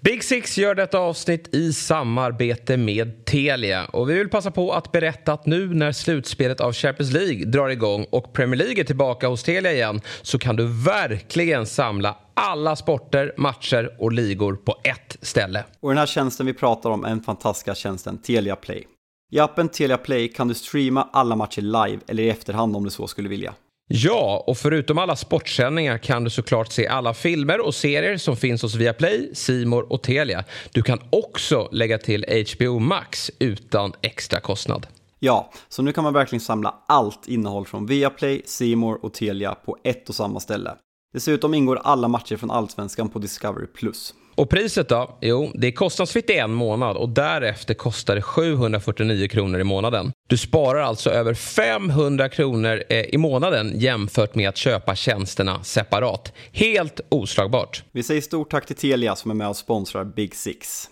Big Six gör detta avsnitt i samarbete med Telia. Och vi vill passa på att berätta att nu när slutspelet av Champions League drar igång och Premier League är tillbaka hos Telia igen, så kan du verkligen samla alla sporter, matcher och ligor på ett ställe. Och den här tjänsten vi pratar om är den fantastiska tjänsten Telia Play. I appen Telia Play kan du streama alla matcher live eller i efterhand om du så skulle vilja. Ja, och förutom alla sportsändningar kan du såklart se alla filmer och serier som finns hos Viaplay, C More och Telia. Du kan också lägga till HBO Max utan extra kostnad. Ja, så nu kan man verkligen samla allt innehåll från Viaplay, C More och Telia på ett och samma ställe. Dessutom ingår alla matcher från Allsvenskan på Discovery+. Och priset då? Jo, det är kostnadsfritt i en månad och därefter kostar det 749 kronor i månaden. Du sparar alltså över 500 kronor i månaden jämfört med att köpa tjänsterna separat. Helt oslagbart. Vi säger stort tack till Telia som är med och sponsrar Big Six.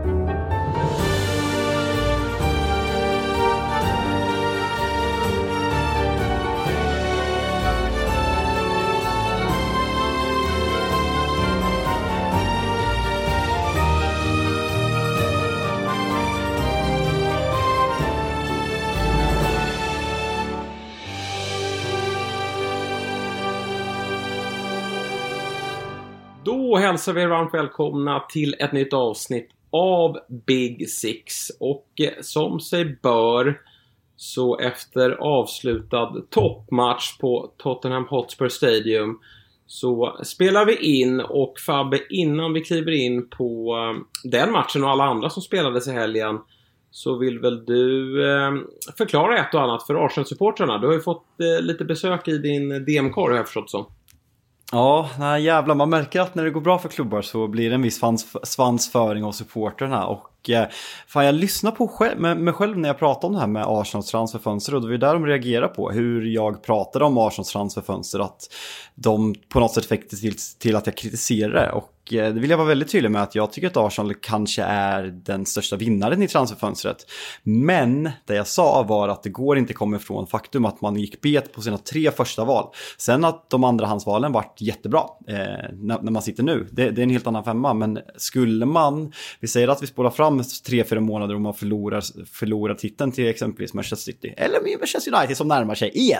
Då hälsar vi varmt välkomna till ett nytt avsnitt av Big Six. Och som sig bör, så efter avslutad toppmatch på Tottenham Hotspur Stadium så spelar vi in. Och Fabbe, innan vi kliver in på den matchen och alla andra som spelades i helgen, så vill väl du förklara ett och annat för Arsenal-supportrarna. Du har ju fått lite besök i din DM-korg, har jag förstått så. Ja, nej, jävlar, man märker att när det går bra för klubbar så blir det en viss svansföring av supporterna. Och fan, jag lyssnar på mig själv när jag pratar om det här med Arsenals transferfönster, och det var där de reagerar på hur jag pratade om Arsenals transferfönster, att de på något sätt fick till att jag kritiserar det. Och det vill jag vara väldigt tydlig med, att jag tycker att Arsenal kanske är den största vinnaren i transferfönstret. Men det jag sa var att det går inte komma ifrån faktum att man gick bet på sina 3 första val. Sen att de andrahandsvalen varit jättebra när man sitter nu, det är en helt annan femma. Men skulle man, vi säger att vi spolar fram 3-4 månader och man förlorar titeln till exempelvis Manchester City eller Manchester United som närmar sig igen,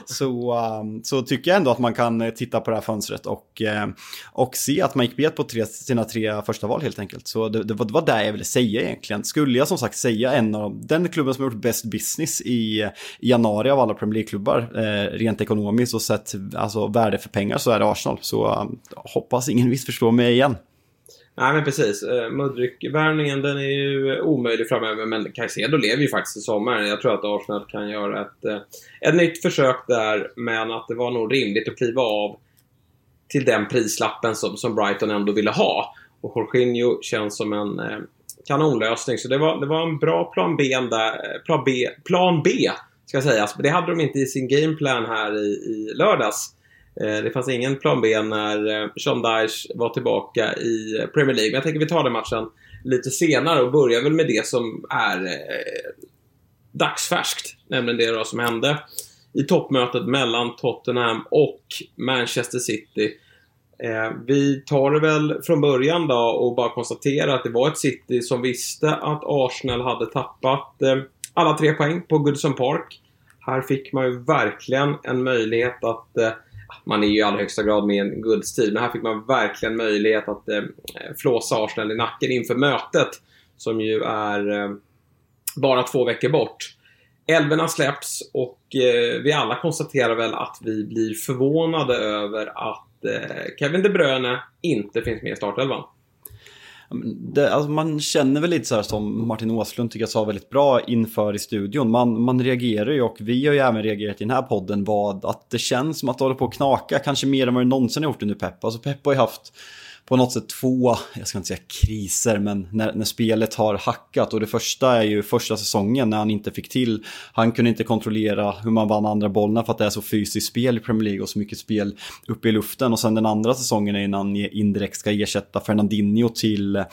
så tycker jag ändå att man kan titta på det här fönstret och se att man gick bet på sina 3 första val helt enkelt. Så det var där jag ville säga egentligen. Skulle jag som sagt säga den klubben som har gjort bäst business i januari av alla Premier League-klubbar rent ekonomiskt och sett alltså värde för pengar, så är det Arsenal. Så hoppas ingen missförstår mig igen. Nej, men precis. Mudryk-värvningen, den är ju omöjlig framöver, men Caicedo lever ju faktiskt i sommar. Jag tror att Arsenal kan göra ett nytt försök där, men att det var nog rimligt att kliva av till den prislappen som Brighton ändå ville ha. Och Jorginho känns som en kanonlösning, så det var en bra plan B ska sägas. Det hade de inte i sin gameplan här i lördags. Det fanns ingen plan B när Sean Dyche var tillbaka i Premier League. Men jag tänker vi tar den matchen lite senare och börjar väl med det som är dagsfärskt. Nämligen det då som hände i toppmötet mellan Tottenham och Manchester City. Vi tar det väl från början då och bara konstaterar att det var ett City som visste att Arsenal hade tappat alla 3 poäng på Goodison Park. Här fick man ju verkligen en möjlighet att... man är ju i allra högsta grad med en guldstil, men här fick man verkligen möjlighet att flåsa Arsenal i nacken inför mötet, som ju är bara 2 veckor bort. 11 släpps och vi alla konstaterar väl att vi blir förvånade över att Kevin De Bruyne inte finns med i startelvan. Alltså man känner väl lite så här som Martin Åslund tycker jag sa väldigt bra inför i studion. Man reagerar ju, och vi har ju även reagerat i den här podden, att det känns som att det håller på att knaka, kanske mer än vad det någonsin har gjort under Pep. Alltså Pep har ju haft på något sätt 2, jag ska inte säga kriser, men när spelet har hackat. Och det första är ju första säsongen när han inte fick till, han kunde inte kontrollera hur man vann andra bollarna för att det är så fysiskt spel i Premier League och så mycket spel uppe i luften. Och sen den andra säsongen är när han indirekt ska ersätta Fernandinho till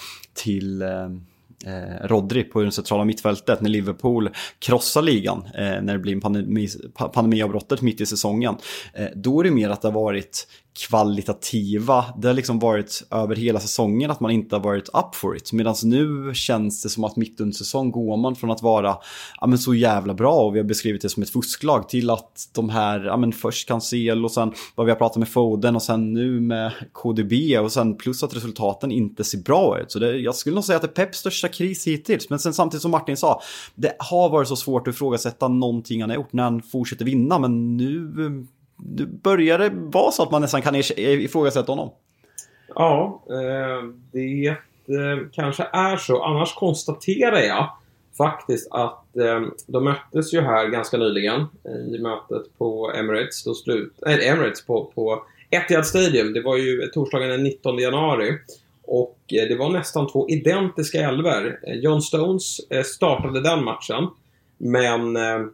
Rodri på det centrala mittfältet när Liverpool krossar ligan när det blir pandemiavbrottet mitt i säsongen. Då är det mer att det har varit kvalitativa. Det har liksom varit över hela säsongen att man inte har varit up for it. Medan nu känns det som att mitt under säsong går man från att vara så jävla bra, och vi har beskrivit det som ett fusklag, till att de här, först Cancelo och sen vad vi har pratat med Foden och sen nu med KDB, och sen plus att resultaten inte ser bra ut. Så jag skulle nog säga att det är Peps största kris hittills. Men sen samtidigt som Martin sa, det har varit så svårt att ifrågasätta någonting han har gjort när han fortsätter vinna, men nu börjar det vara så att man nästan kan ifrågasätta honom. Ja, det kanske är så. Annars konstaterar jag faktiskt att de möttes ju här ganska nyligen i mötet på Emirates. Emirates på Etihad Stadium. Det var ju torsdagen den 19 januari. Och det var nästan 2 identiska elver. John Stones startade den matchen. Men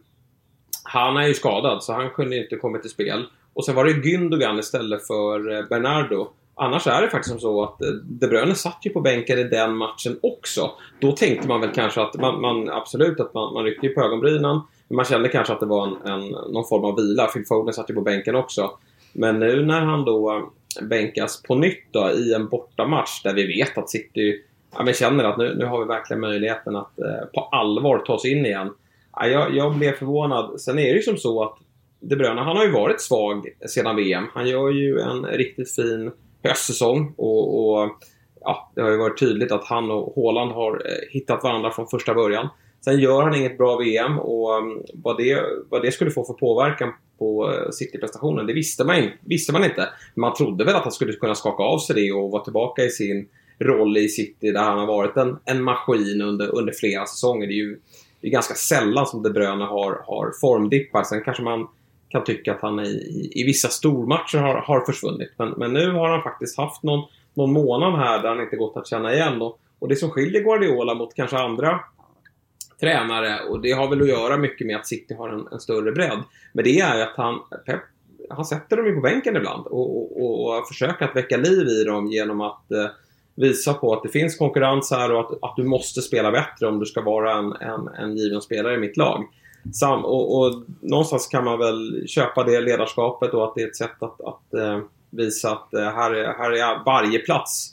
han är ju skadad, så han kunde inte komma till spel. Och sen var det Gündogan istället för Bernardo. Annars är det faktiskt som så att De Bruyne satt ju på bänken i den matchen också. Då tänkte man väl kanske att man absolut att man ryckte på ögonbrynen. Men man kände kanske att det var någon form av vila. Phil Foden satt ju på bänken också. Men nu när han då bänkas på nytt då, i en bortamatch där vi vet att City känner att nu har vi verkligen möjligheten att på allvar ta oss in igen. Jag blev förvånad. Sen är det ju som så att De Bruyne, han har ju varit svag sedan VM. Han gör ju en riktigt fin höstsäsong och det har ju varit tydligt att han och Haaland har hittat varandra från första början. Sen gör han inget bra VM, och vad det skulle få för påverkan på City-prestationen, det visste man inte. Man trodde väl att han skulle kunna skaka av sig det och vara tillbaka i sin roll i City där han har varit en maskin under flera säsonger. Det är ganska sällan som De Bruyne har formdippar. Sen kanske man kan tycka att han i vissa stormatcher har försvunnit. Men nu har han faktiskt haft någon månad här där han inte gått att känna igen. Och det som skiljer Guardiola mot kanske andra tränare, och det har väl att göra mycket med att City har en större bredd. Men det är att han sätter dem ju på bänken ibland och försöker att väcka liv i dem genom att visa på att det finns konkurrens här och att du måste spela bättre om du ska vara en given spelare i mitt lag. Och någonstans kan man väl köpa det ledarskapet, och att det är ett sätt att visa att här är varje plats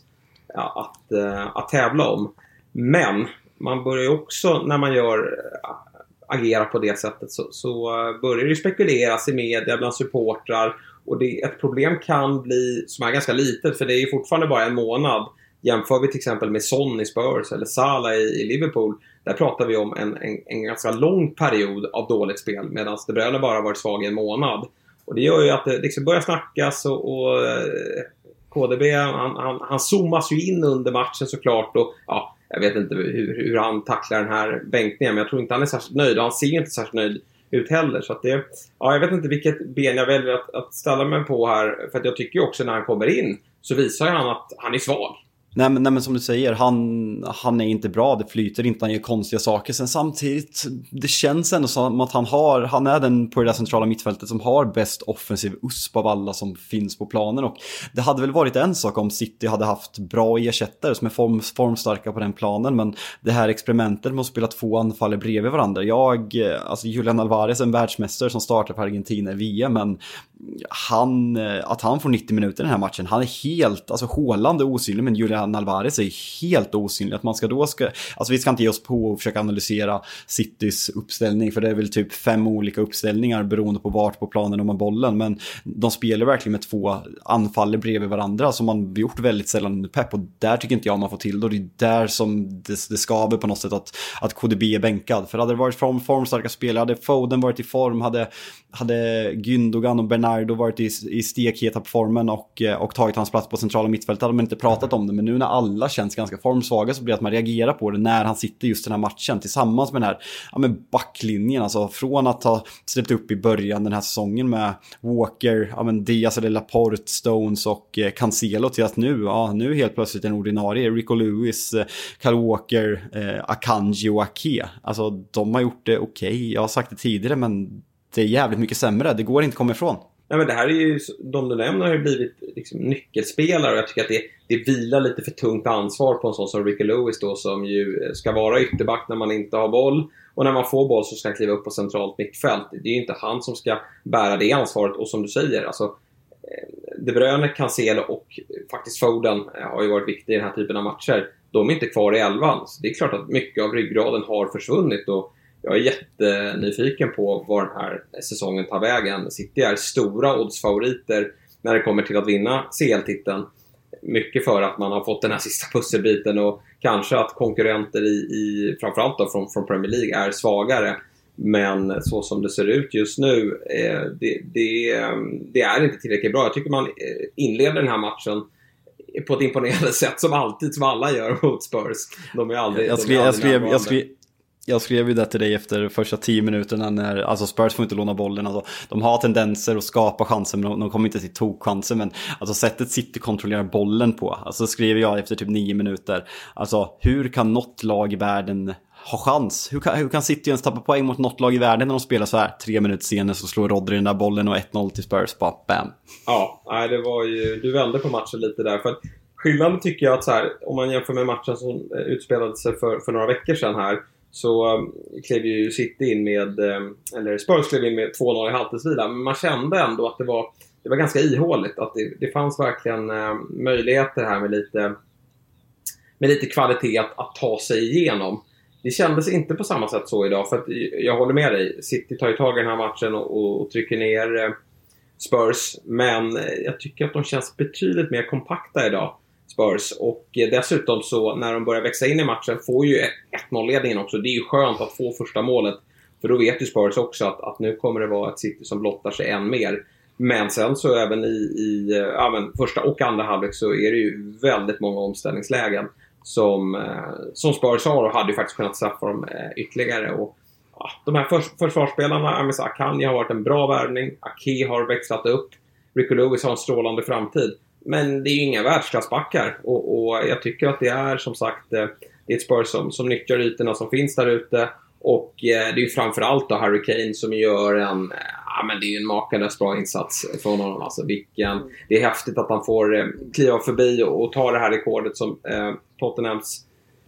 att tävla om. Men man börjar ju också, när man agerar på det sättet, så börjar det spekuleras i media bland supportrar, och ett problem kan bli som är ganska litet, för det är ju fortfarande bara en månad. Jämför vi till exempel med Son i Spurs eller Salah i Liverpool, där pratar vi om en ganska lång period av dåligt spel, medan De Bruyne bara varit svag i en månad. Och det gör ju att det liksom börjar snackas, och KDB han zoomas ju in under matchen såklart, och jag vet inte hur han tacklar den här bänkningen, men jag tror inte han är särskilt nöjd, och han ser inte särskilt nöjd ut heller. Så att jag vet inte vilket ben jag väljer att ställa mig på här, för att jag tycker ju också när han kommer in så visar han att han är svag. Nej men som du säger, han är inte bra, det flyter inte, han gör konstiga saker. Sen samtidigt, det känns ändå som att han är den på det där centrala mittfältet som har bäst offensiv USP av alla som finns på planen. Och det hade väl varit en sak om City hade haft bra ersättare som är formstarka på den planen, men det här experimentet med att spela 2 anfallare bredvid varandra. Julian Alvarez är en världsmästare som startar för Argentina i VM, men att han får 90 minuter i den här matchen, han är helt, Haaland är osynlig, men Julian Alvarez är helt osynlig. Att man vi ska inte ge oss på och försöka analysera Citys uppställning, för det är väl typ 5 olika uppställningar beroende på vart på planen de har bollen, men de spelar verkligen med 2 anfallare bredvid varandra som man gjort väldigt sällan under Pep, och där tycker inte jag man får till det, och det är där som det skaver på något sätt att KDB är bänkad. För hade det varit formstarka spelare, hade Foden varit i form, hade Gündogan och Bernardo varit i stekheta på formen och tagit hans plats på centrala mittfältet, hade man inte pratat om det. Men nu när alla känns ganska formsvaga så blir det att man reagerar på det när han sitter just den här matchen tillsammans med den här backlinjen. Från att ha släppt upp i början den här säsongen med Walker, Diaz eller Laporte, Stones och Cancelo, till att nu helt plötsligt en ordinarie Rico Lewis, Kyle Walker, Akanji och Ake. De har gjort det okej. Jag har sagt det tidigare, men det är jävligt mycket sämre. Det går inte att komma ifrån. Nej, men det här är ju, de du nämner har ju blivit liksom nyckelspelare, och jag tycker att det vilar lite för tungt ansvar på en sån som Ricky Lewis då, som ju ska vara ytterback när man inte har boll, och när man får boll så ska han kliva upp på centralt mittfält. Det är ju inte han som ska bära det ansvaret, och som du säger, De Bruyne, Cancelo och faktiskt Foden har ju varit viktiga i den här typen av matcher. De är inte kvar i 11. Så det är klart att mycket av ryggraden har försvunnit och jag är jättenyfiken på var den här säsongen tar vägen. City är stora oddsfavoriter när det kommer till att vinna CL-titeln. Mycket för att man har fått den här sista pusselbiten och kanske att konkurrenter i framförallt då från Premier League är svagare. Men så som det ser ut just nu, det är inte tillräckligt bra. Jag tycker man inleder den här matchen på ett imponerande sätt som alltid, som alla gör mot Spurs. De är aldrig, jag skrev ju det till dig efter första 10 minuterna när, alltså Spurs får inte låna bollen. Alltså, de har tendenser att skapa chanser men de kommer inte till tokchanser. Men alltså sättet City kontrollerar bollen på. Alltså skrev jag efter typ 9 minuter. Alltså hur kan något lag i världen ha chans? Hur kan City ens tappa poäng mot något lag i världen när de spelar så här? 3 minuter senare så slår Rodri den där bollen och 1-0 till Spurs. Bara bam. Ja, det var ju, du vände på matchen lite där. För att skillnaden tycker jag att så här, om man jämför med matchen som utspelade sig för några veckor sedan här, så klev ju City in med, eller Spurs klev in med 2-0 i halvtidsvila. Men man kände ändå att det var ganska ihåligt. Att det fanns verkligen möjligheter här med lite kvalitet att ta sig igenom. Det kändes inte på samma sätt så idag. För att jag håller med dig. City tar ju tag i den här matchen och trycker ner Spurs. Men jag tycker att de känns betydligt mer kompakta idag, Spurs. Och dessutom så när de börjar växa in i matchen får ju 1-0-ledningen också. Det är ju skönt att få första målet. För då vet ju Spurs också att nu kommer det vara ett City som blottar sig än mer. Men sen så även i första och andra halvlek så är det ju väldigt många omställningslägen som Spurs har och hade ju faktiskt kunnat straffa dem ytterligare. Och de här försvarsspelarna, Amis Akanji har varit en bra värvning. Ake har växlat upp. Rico Lewis har en strålande framtid. Men det är ju inga världsklassbackar. Och jag tycker att det är som sagt det är ett Spurs som nyttjar ytorna som finns där ute. Och det är ju framförallt då Harry Kane som gör men det är ju en makalös bra insats från honom. Alltså det är häftigt att han får kliva förbi och ta det här rekordet som Tottenhams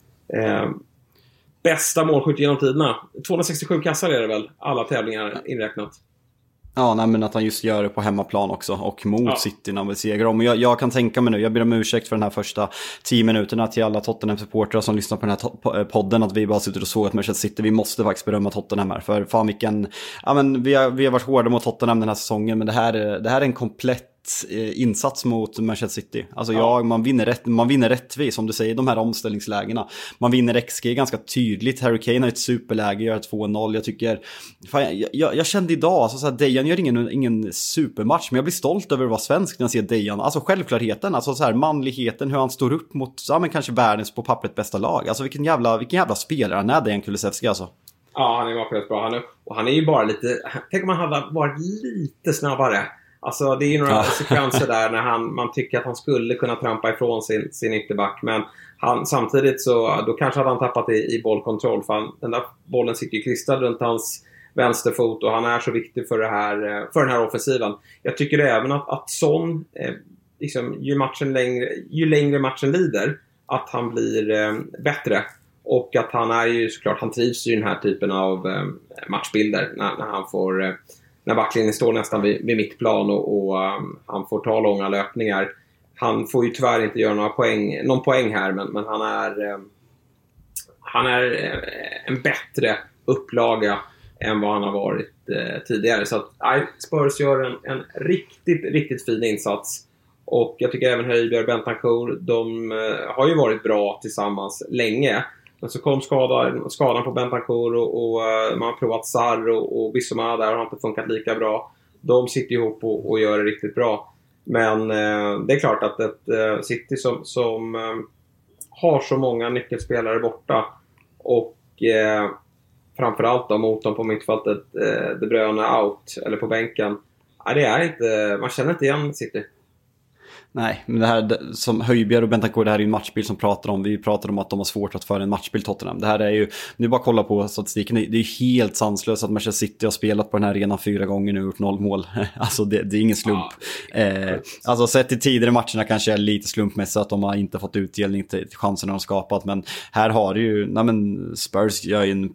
bästa målskytt genom tiderna. 267 kassar är det väl, alla tävlingar inräknat. Ja, nej, men att han just gör det på hemmaplan också och mot City när han vill segra om. Jag kan tänka mig nu, jag ber om ursäkt för den här första 10 minuterna till alla Tottenham-supportrar som lyssnar på den här podden, att vi bara sitter och såg att Manchester City, vi måste faktiskt berömma Tottenham här. För fan vilken, vi har varit hårda mot Tottenham den här säsongen, men det här är en komplett insats mot Manchester City. Alltså man vinner rättvis, som du säger, de här omställningslägena. Man vinner XG ganska tydligt. Harry Kane har ett superläge, gör 2-0. Jag tycker jag kände idag, alltså så här, Dejan gör ingen supermatch, men jag blir stolt över att vara svensk när jag ser Dejan. Alltså självklarheten, alltså så här manligheten, hur han står upp mot men kanske världens på pappret bästa lag. Alltså vilken jävla spelare han är, Dejan Kulusevski alltså. Ja, han är varit bra. Han är ju bara lite, tänk om han hade varit lite snabbare. Alltså det är ju några sekvenser där när man tycker att han skulle kunna trampa ifrån sin ytterback. Men samtidigt så då kanske hade han tappat i bollkontroll. För den där bollen sitter ju klistrad runt hans vänsterfot. Och han är så viktig för den här offensiven. Jag tycker även att Son, liksom, ju längre matchen lider, att han blir bättre. Och att han är ju såklart, han trivs i den här typen av matchbilder när han får... När backlinjen står nästan vid mittplan och han får ta långa löpningar. Han får ju tyvärr inte göra någon poäng här, men han är en bättre upplaga än vad han har varit tidigare. Så att Spurs gör en riktigt, riktigt fin insats. Och jag tycker även Højbjerg och Bentancur, de har ju varit bra tillsammans länge. Men så kom skadan på Bentancur och man har provat Sarr och Bissouma där, har inte funkat lika bra. De sitter ihop och gör det riktigt bra. Men det är klart att ett City som har så många nyckelspelare borta och framförallt då motorn på mittfältet, De Bruyne out eller på bänken. Det är inte, man känner inte igen City. Nej, men det här som Höjbjerg och Bentancur, det här är ju en matchbild som pratar om. Vi pratar om att de har svårt att föra en matchbild Tottenham. Det här är ju, nu bara kolla på statistiken, det är ju helt sanslöst att Manchester City har spelat på den här arenan 4 gånger nu och gjort 0 mål. Alltså det är ingen slump. Alltså sett i tidigare matcherna kanske är lite slumpmässigt att de har inte fått utdelning till chanserna de skapat. Men här har det ju, Spurs gör ju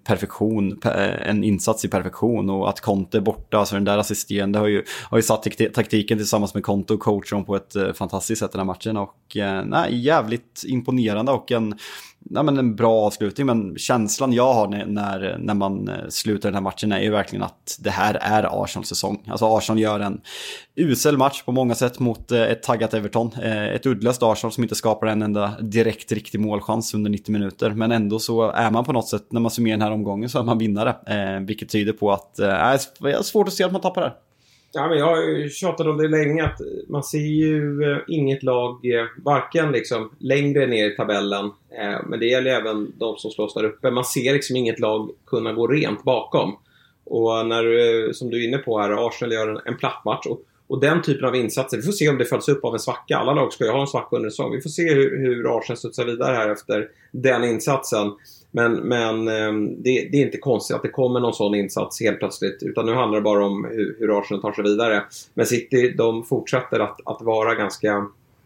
en insats i perfektion, och att Conte är borta, alltså den där assisterande har ju satt taktiken tillsammans med Conte och coachar dem på ett fantastiskt sätt den här matchen, och jävligt imponerande och en bra avslutning. Men känslan jag har när man slutar den här matchen är ju verkligen att det här är Arsenals säsong. Alltså Arsenal gör en usel match på många sätt mot ett taggat Everton, ett uddlöst Arsenal som inte skapar en enda direkt riktig målchans under 90 minuter, men ändå så är man på något sätt, när man summerar den här omgången, så är man vinnare, vilket tyder på att det är svårt att se att man tappar det. Ja, men jag har ju tjatat om det länge att man ser ju inget lag varken liksom längre ner i tabellen, men det gäller även de som slås där uppe. Man ser liksom inget lag kunna gå rent bakom. Och när, som du är inne på här, Arsenal gör en platt match och den typen av insatser, vi får se om det följs upp av en svacka. Alla lag ska ju ha en svacka under säsong. Vi får se hur Arsenal studsar vidare här efter den insatsen. Men det är inte konstigt att det kommer någon sån insats helt plötsligt, utan nu handlar det bara om hur Arsenal tar sig vidare. Men City, de fortsätter att vara ganska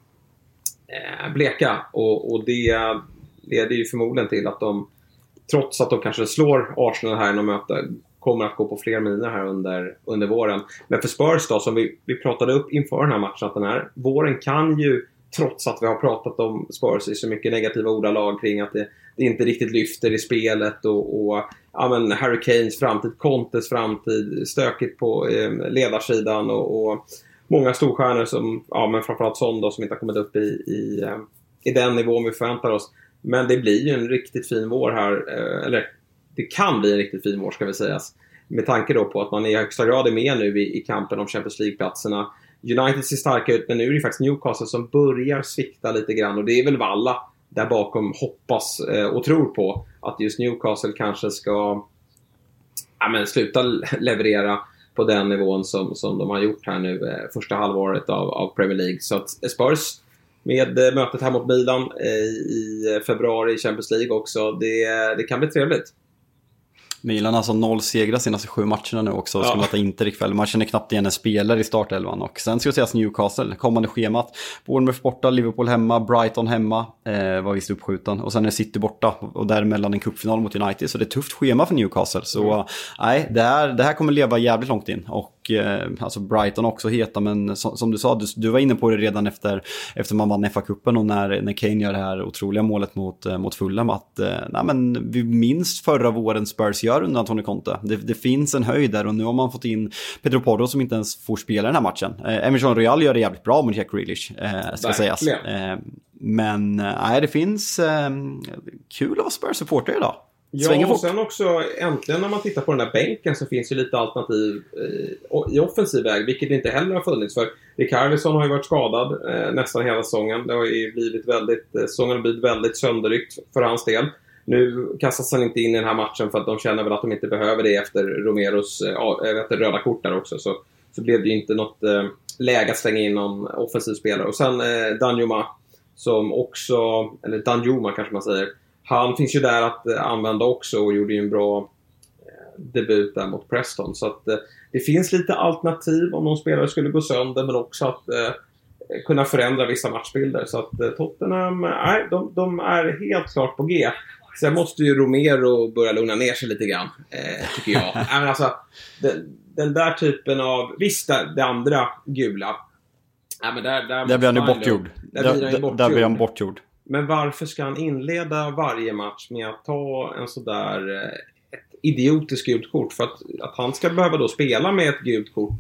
bleka, och det leder ju förmodligen till att de, trots att de kanske slår Arsenal här i något möte, kommer att gå på fler miner här under våren. Men för Spurs då, som vi pratade upp inför den här matchen, att den här våren kan ju, trots att vi har pratat om Spurs i så mycket negativa ordalag kring att det inte riktigt lyfter i spelet och Harry Kanes framtid, Contes framtid, stökigt på ledarsidan och många storstjärnor som, men framförallt Son då, som inte har kommit upp i den nivån vi förväntar oss. Men det blir ju en riktigt fin vår här, eller det kan bli en riktigt fin vår, ska vi sägas, med tanke då på att man i högsta grad är med nu i kampen om Champions League-platserna. United ser starka ut, men nu är det faktiskt Newcastle som börjar svikta lite grann, och det är väl vad alla där bakom hoppas och tror på, att just Newcastle kanske ska sluta leverera på den nivån som de har gjort här nu första halvåret av Premier League. Så att Spurs med mötet här mot Milan i februari i Champions League också, det kan bli trevligt. Milan har alltså 0 segrar senaste 7 matcherna nu också, och ska möta Inter ikväll. Man känner knappt igen en spelare i startelvan. Och sen ska vi säga Newcastle, kommande schemat: Bournemouth borta, Liverpool hemma, Brighton hemma, var visst uppskjuten, och sen är City borta, och däremellan en cupfinal mot United. Så det är tufft schema för Newcastle. Så nej, det här kommer leva jävligt långt in. Och alltså Brighton också heta, men som du sa, du var inne på det redan efter man vann FA-cupen, och när Kane gör det här otroliga målet mot Fulham, att vi minns förra våren Spurs gör under Antonio Conte. Det finns en höjd där, och nu har man fått in Pedro Porro som inte ens får spela den här matchen. Emerson Royal gör det jävligt bra mot Jack Grealish, ska sägas. Men det finns kul att vara Spurs-supporter idag. Ja, och sen också äntligen när man tittar på den där bänken så finns ju lite alternativ i offensiv väg, vilket inte heller har funnits, för Richarlison har ju varit skadad nästan hela säsongen. Det har ju blivit säsongen har blivit väldigt sönderryckt för hans del. Nu kastas han inte in i den här matchen för att de känner väl att de inte behöver det efter Romeros efter röda kort där också, så blev det ju inte något läge att slänga in någon offensiv spelare. Och sen Danjuma, som också, eller Danjuma kanske man säger, han finns ju där att använda också, och gjorde ju en bra debut där mot Preston. Så att det finns lite alternativ om någon spelare skulle gå sönder, men också att kunna förändra vissa matchbilder. Så att Tottenham, de är helt klart på G. Sen måste ju Romero börja lugna ner sig lite grann, tycker jag. Men alltså, den där typen av, visst det andra gula, men där blir han ju bortgjord. Där blir han bortgjord. Men varför ska han inleda varje match med att ta en sådär ett idiotiskt gult kort? För att han ska behöva då spela med ett gult kort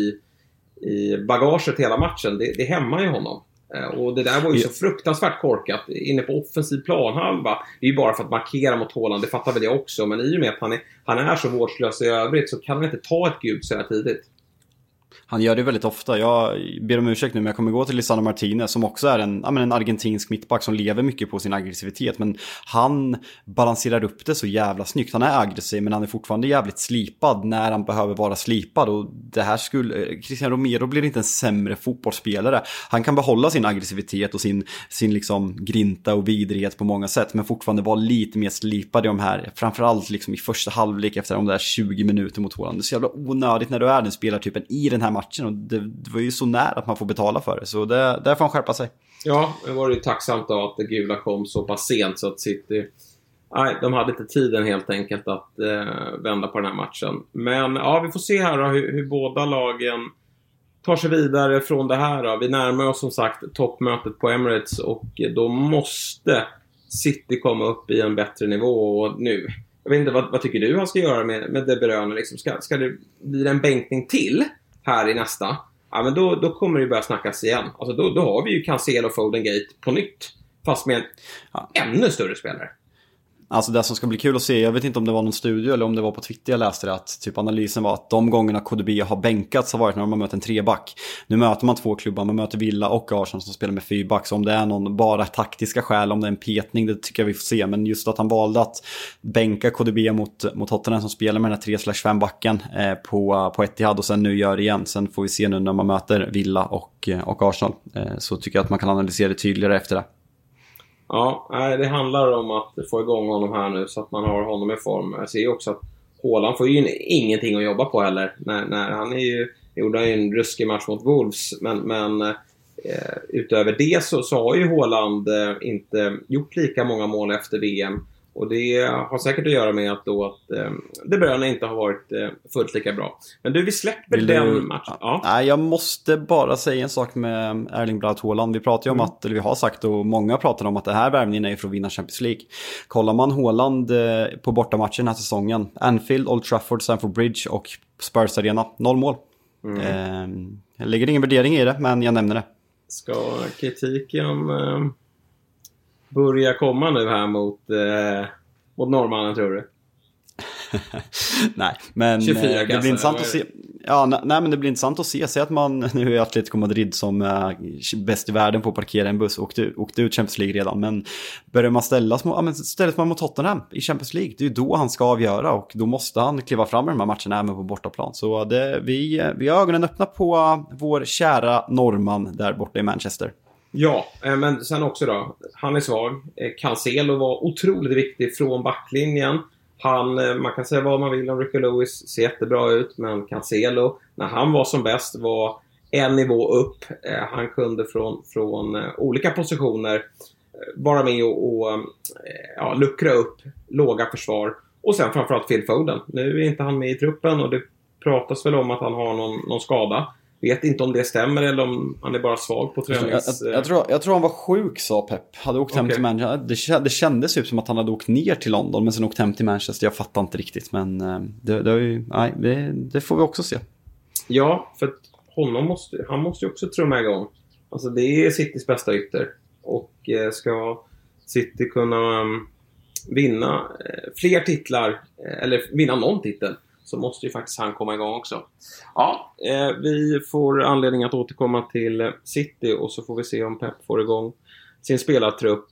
i bagaget hela matchen, det hämmar ju honom. Och det där var ju så fruktansvärt korkat inne på offensiv planhalva. Det är ju bara för att markera mot Haaland, det fattar väl jag också. Men i och med att han är så vårdslös i övrigt, så kan han inte ta ett gult så här tidigt. Han gör det väldigt ofta. Jag ber om ursäkt nu, men jag kommer gå till Lisandro Martinez som också är en argentinsk mittback som lever mycket på sin aggressivitet. Men han balanserar upp det så jävla snyggt. Han är aggressiv, men han är fortfarande jävligt slipad när han behöver vara slipad. Och det här Cristiano Romero blir inte en sämre fotbollsspelare. Han kan behålla sin aggressivitet och sin liksom grinta och vidrighet på många sätt, men fortfarande vara lite mer slipad i de här, framförallt liksom i första halvlek efter de där 20 minuter mot Haaland. Det är så jävla onödigt när du är den spelartypen i den här matchen, och det var ju så nära att man får betala för det, så där får han skärpa sig. Ja, det var ju tacksamt då att det gula kom så pass sent så att City, de hade inte tiden helt enkelt att vända på den här matchen. Men ja, vi får se här då, hur båda lagen tar sig vidare från det här då. Vi närmar oss som sagt toppmötet på Emirates, och då måste City komma upp i en bättre nivå. Och nu, jag vet inte, vad tycker du han ska göra med De Bruyne liksom? Ska det bli en bänkning till här i nästa? Ja, men då kommer det börja snackas igen. Alltså då har vi ju Cancelo och Foden Gate på nytt, fast med en ännu större spelare. Alltså det som ska bli kul att se, jag vet inte om det var någon studio eller om det var på Twitter jag läste det, att typ analysen var att de gångerna KDB har bänkats har varit när man möter en treback. Nu möter man två klubbar, man möter Villa och Arsenal som spelar med fyrback, så om det är någon bara taktiska skäl, om det är en petning, det tycker jag vi får se. Men just att han valde att bänka KDB mot Tottenham som spelar med den här 3/5 backen på Etihad, och sen nu gör det igen. Sen får vi se nu när man möter Villa och Arsenal, så tycker jag att man kan analysera det tydligare efter det. Ja, det handlar om att få igång honom här nu så att man har honom i form. Jag ser ju också att Haaland får ju ingenting att jobba på heller. När han gjorde en ruskig match mot Wolves, men utöver det så har ju Haaland inte gjort lika många mål efter VM. Och det har säkert att göra med att De Bruyne inte har varit fullt lika bra. Men vi släpper den matchen. Ja. Nej, jag måste bara säga en sak med Erling Braut Haaland. Vi pratar ju om att, eller vi har sagt, och många pratar om att det här värvningen är för att vinna Champions League. Kollar man Haaland på bortamatchen den här säsongen, Anfield, Old Trafford, Stamford Bridge och Spurs Arena, 0 mål. Jag lägger ingen värdering i det, men jag nämner det. Ska kritiken börja komma nu här mot norrmannen, tror du? Nej, men 24 det blir intressant att se. Ja, nej, men det blir intressant att se. Säg att man nu är Atletico Madrid som är bäst i världen på att parkera en buss, åkte ut Champions League redan, men börjar man ställas man mot Tottenham i Champions League, det är ju då han ska avgöra, och då måste han kliva fram i de här matcherna även på bortaplan. Så vi har ögonen öppna på vår kära norrman där borta i Manchester. Ja, men sen också då, han är svag. Cancelo var otroligt viktig från backlinjen. Man kan säga vad man vill om Ricky Lewis, ser jättebra ut, men Cancelo, när han var som bäst, var en nivå upp. Han kunde från olika positioner vara med och luckra upp låga försvar. Och sen framförallt Phil Foden. Nu är inte han med i truppen, och det pratas väl om att han har någon skada. Vet inte om det stämmer eller om han är bara svag på tränings... Jag tror han var sjuk, sa Pep. Hade åkt hem till Manchester. Det kändes ut som att han hade åkt ner till London, men sen åkt hem till Manchester. Jag fattar inte riktigt, men det får vi också se. Ja, för han måste ju också trumma igång. Alltså det är Citys bästa ytter. Och ska City kunna vinna fler titlar, eller vinna någon titel, så måste ju faktiskt han komma igång också. Ja, vi får anledning att återkomma till City, och så får vi se om Pep får igång sin spelartrupp.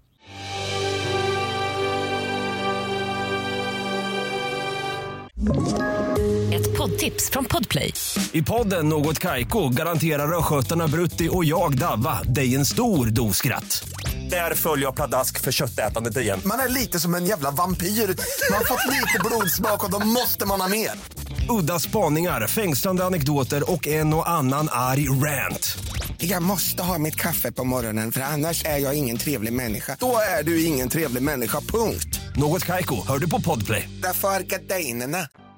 Ett poddtips från Podplay. I podden Något Kaiko garanterar röskötarna Brutti och jag Davva dig en stor doskratt. Där följer jag pladask för köttätandet igen. Man är lite som en jävla vampyr. Man har fått lite blodsmak och då måste man ha mer. Udda spaningar, fängslande anekdoter och en och annan arg rant. Jag måste ha mitt kaffe på morgonen, för annars är jag ingen trevlig människa. Då är du ingen trevlig människa, punkt. Något Kaiko, hör du på Podplay. Därför är gardinerna.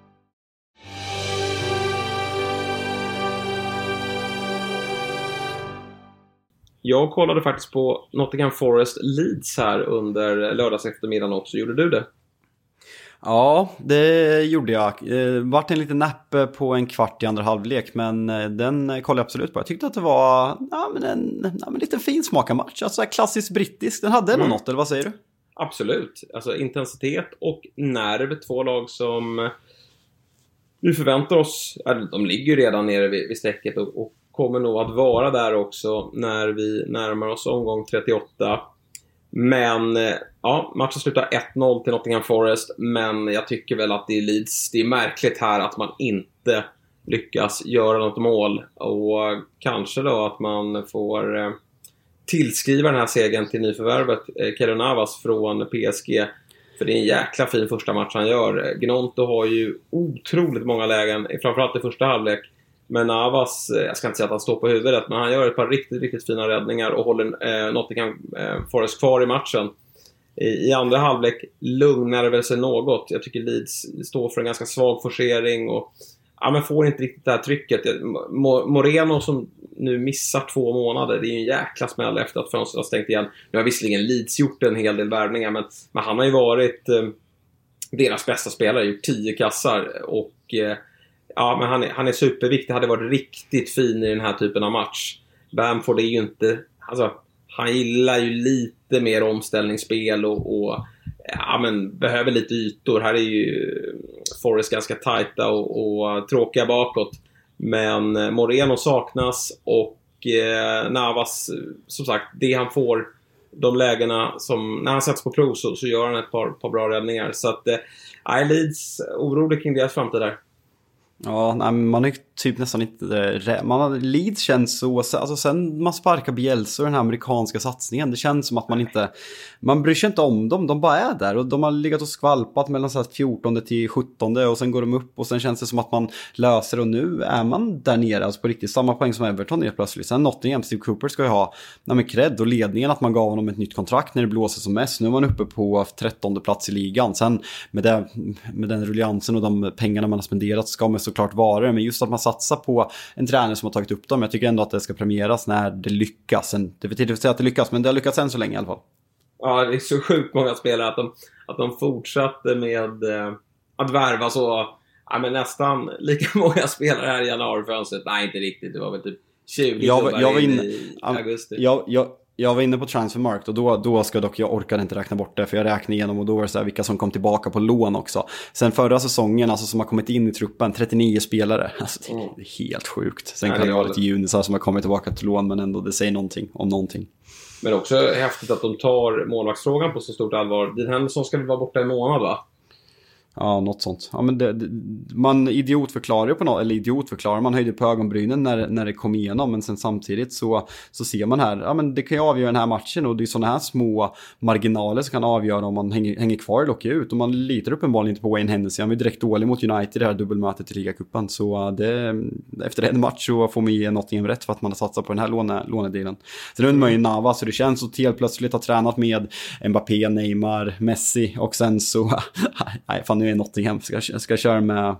Jag kollade faktiskt på Nottingham Forest Leeds här under lördags eftermiddagen också. Gjorde du det? Ja, det gjorde jag. Vart en liten napp på en kvart i andra halvlek, men den kollade jag absolut på. Jag tyckte att det var en lite fin smakad match. Alltså klassiskt brittisk. Den hade nog något, eller vad säger du? Absolut. Alltså intensitet och nerv. Två lag som vi förväntar oss, de ligger ju redan nere vid strecket och kommer nog att vara där också när vi närmar oss omgång 38. Men ja, matchen slutar 1-0 till Nottingham Forest, men jag tycker väl att det är Leeds. Det är märkligt här att man inte lyckas göra något mål, och kanske då att man får tillskriva den här segern till nyförvärvet Keylor Navas från PSG. För det är en jäkla fin första match han gör. Gnonto har ju otroligt många lägen, framförallt i första halvlek. Men Navas, jag ska inte säga att han står på huvudet, men han gör ett par riktigt fina räddningar och håller Nottingham Forest kvar i matchen. I andra halvlek lugnar det väl sig något. Jag tycker Leeds står för en ganska svag forcering och men får inte riktigt det här trycket. Moreno som nu missar 2 månader, det är ju en jäkla smäll efter att fönstret har stängt igen. Nu har visserligen Leeds gjort en hel del värvningar, men han har ju varit deras bästa spelare, gjort 10 kassar och men han är superviktig. Det hade varit riktigt fin i den här typen av match. Bamford är ju inte, alltså han gillar ju lite mer omställningsspel och behöver lite ytor. Här är ju Forrest ganska tajta och tråkiga bakåt. Men Moreno saknas och Navas, som sagt, det han får, de lägena som när han sätts på prov så gör han ett par bra räddningar. Så att Leeds orolig kring deras framtid där. Ja, nej, man är typ nästan inte Leeds känns så, alltså sen man sparkar Bielsa och den här amerikanska satsningen, det känns som att man bryr sig inte om dem, de bara är där och de har legat och skvalpat mellan så här 14 till 17 och sen går de upp och sen känns det som att man löser, och nu är man där nere, alltså på riktigt samma poäng som Everton är plötsligt. Sen Nottingham, Steve Cooper ska ju ha cred och ledningen att man gav honom ett nytt kontrakt när det blåser som mest. Nu är man uppe på 13:e plats i ligan. Sen med den rulliansen och de pengarna man har spenderat ska man såklart vara det, men just att man satsar på en tränare som har tagit upp dem, jag tycker ändå att det ska premieras när det lyckas. Det betyder inte att det lyckas, men det har lyckats än så länge i alla fall. Ja, det är så sjukt många spelare att de fortsatte med att värva så men nästan lika många spelare här i januarifönstret. Nej, inte riktigt, det var väl typ 20 jag var inne i augusti. Jag var inne på Transfermarkt och då ska dock, jag orkade inte räkna bort det, för jag räknade igenom och då var det så här, vilka som kom tillbaka på lån också. Sen förra säsongen, alltså som har kommit in i truppen, 39 spelare. Alltså det är helt sjukt. Sen kan det vara lite junisar som har kommit tillbaka till lån, men ändå det säger någonting om någonting. Men också häftigt att de tar målvaktsfrågan på så stort allvar. Dean Henderson ska väl vara borta en månad, va? Ja, något sånt. Ja, men man idiotförklarar, man höjde på ögonbrynen när det kom igenom, men sen samtidigt så ser man här, men det kan ju avgöra den här matchen, och det är sådana här små marginaler som kan avgöra om man hänger kvar eller åker ut, och man litar uppenbarligen inte på Wayne Hennessy. Han var direkt dålig mot United i det här dubbelmötet i ligacupen, så efter en match så får man ge Nottingham rätt för att man har satsat på den här lånedelen. Sen undrar man ju Navas, så det känns så helt plötsligt att ha tränat med Mbappé, Neymar, Messi, och sen så nej, fan, nu är Nottingham ska köra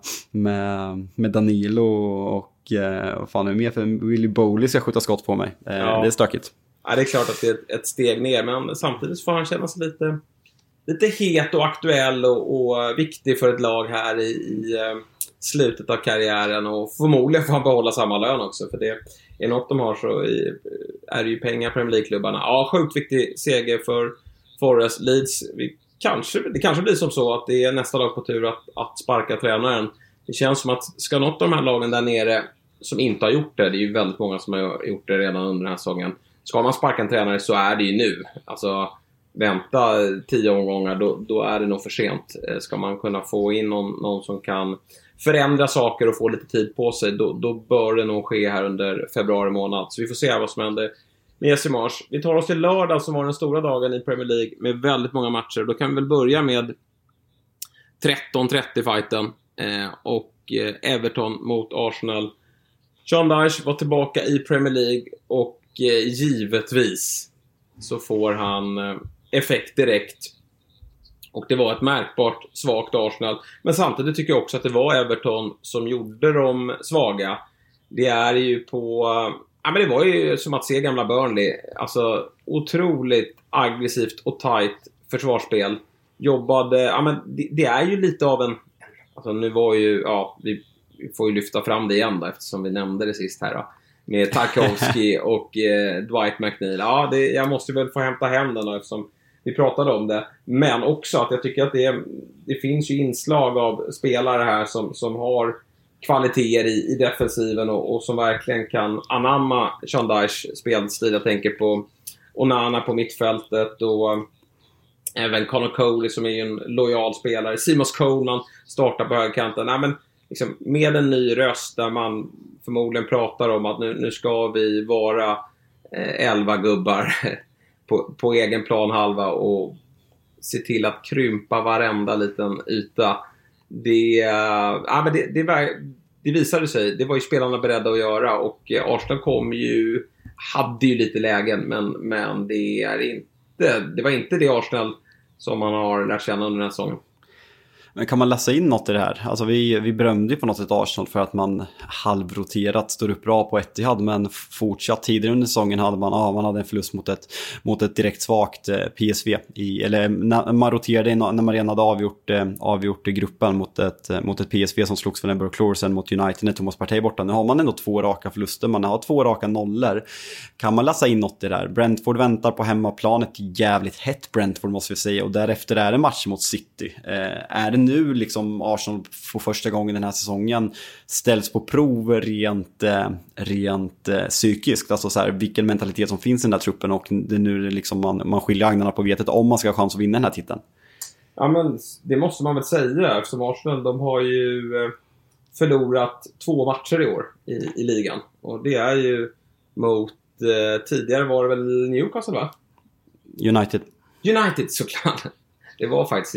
med Danilo och fan är med för Willy Bowley ska skjuta skott på mig. Det är stökigt. Ja, det är klart att det är ett steg ner, men samtidigt får han känna sig lite het och aktuell och viktig för ett lag här i slutet av karriären, och förmodligen får han behålla samma lön också, för det är något de har, så är det ju pengar Premier League-klubbarna. Ja, sjukt viktig seger för Forest. Leeds, det kanske blir som så att det är nästa lag på tur att sparka tränaren. Det känns som att ska något av de här lagen där nere som inte har gjort det är ju väldigt många som har gjort det redan under den här säsongen. Ska man sparka en tränare så är det ju nu. Alltså vänta 10 omgångar, då är det nog för sent. Ska man kunna få in någon som kan förändra saker och få lite tid på sig, då bör det nog ske här under februari månad. Så vi får se vad som händer med Jesse Marsch. Vi tar oss till lördag som var den stora dagen i Premier League med väldigt många matcher. Då kan vi väl börja med 13-30-fighten och Everton mot Arsenal. Sean Dyche var tillbaka i Premier League och givetvis så får han effekt direkt. Och det var ett märkbart svagt Arsenal. Men samtidigt tycker jag också att det var Everton som gjorde dem svaga. Det är ju på... men det var ju som att se gamla Burnley. Alltså otroligt aggressivt och tight försvarsspel. Jobbade... men det är ju lite av en... Alltså nu var ju... vi får ju lyfta fram det igen då, eftersom vi nämnde det sist här då. Med Tarkowski och Dwight McNeil. Jag måste väl få hämta hem den då, eftersom vi pratade om det. Men också att jag tycker att det finns ju inslag av spelare här som har kvaliteter i defensiven och som verkligen kan anamma Sean Dyches spelstil. Jag tänker på Onana på mittfältet och även Connor Coley som är en lojal spelare. Seamus Coleman startar på högerkanten. Nej, men liksom, med en ny röst där man förmodligen pratar om att nu ska vi vara 11 gubbar på egen planhalva och se till att krympa varenda liten yta. Det visade sig. Det var ju spelarna beredda att göra och Arsenal hade ju lite lägen men det var inte det Arsenal som man har lärt känna under den här säsongen. Men kan man läsa in något i det här? Alltså vi berömde ju på något sätt Arsenal för att man halvroterat står upp bra på Etihad, men fortsatt tidigare under säsongen hade man hade en förlust mot ett direkt svagt PSV eller när man roterade när man redan hade avgjort gruppen mot ett PSV som slogs för Nebber och Klor sen mot United när Thomas Partey borta. Nu har man ändå 2 raka förluster, man har 2 raka nollor. Kan man läsa in något i det där? Brentford väntar på hemmaplan, ett jävligt hett Brentford måste vi säga, och därefter är det match mot City. Är det nu liksom Arsenal för första gången den här säsongen ställs på prov rent psykiskt, alltså så här, vilken mentalitet som finns i den där truppen, och det nu liksom man skiljer agnarna på vetet om man ska ha chans att vinna den här titeln. Ja, men det måste man väl säga, eftersom Arsenal, de har ju förlorat 2 matcher i år i ligan, och det är ju mot tidigare var det väl Newcastle, va? United såklart. Det var faktiskt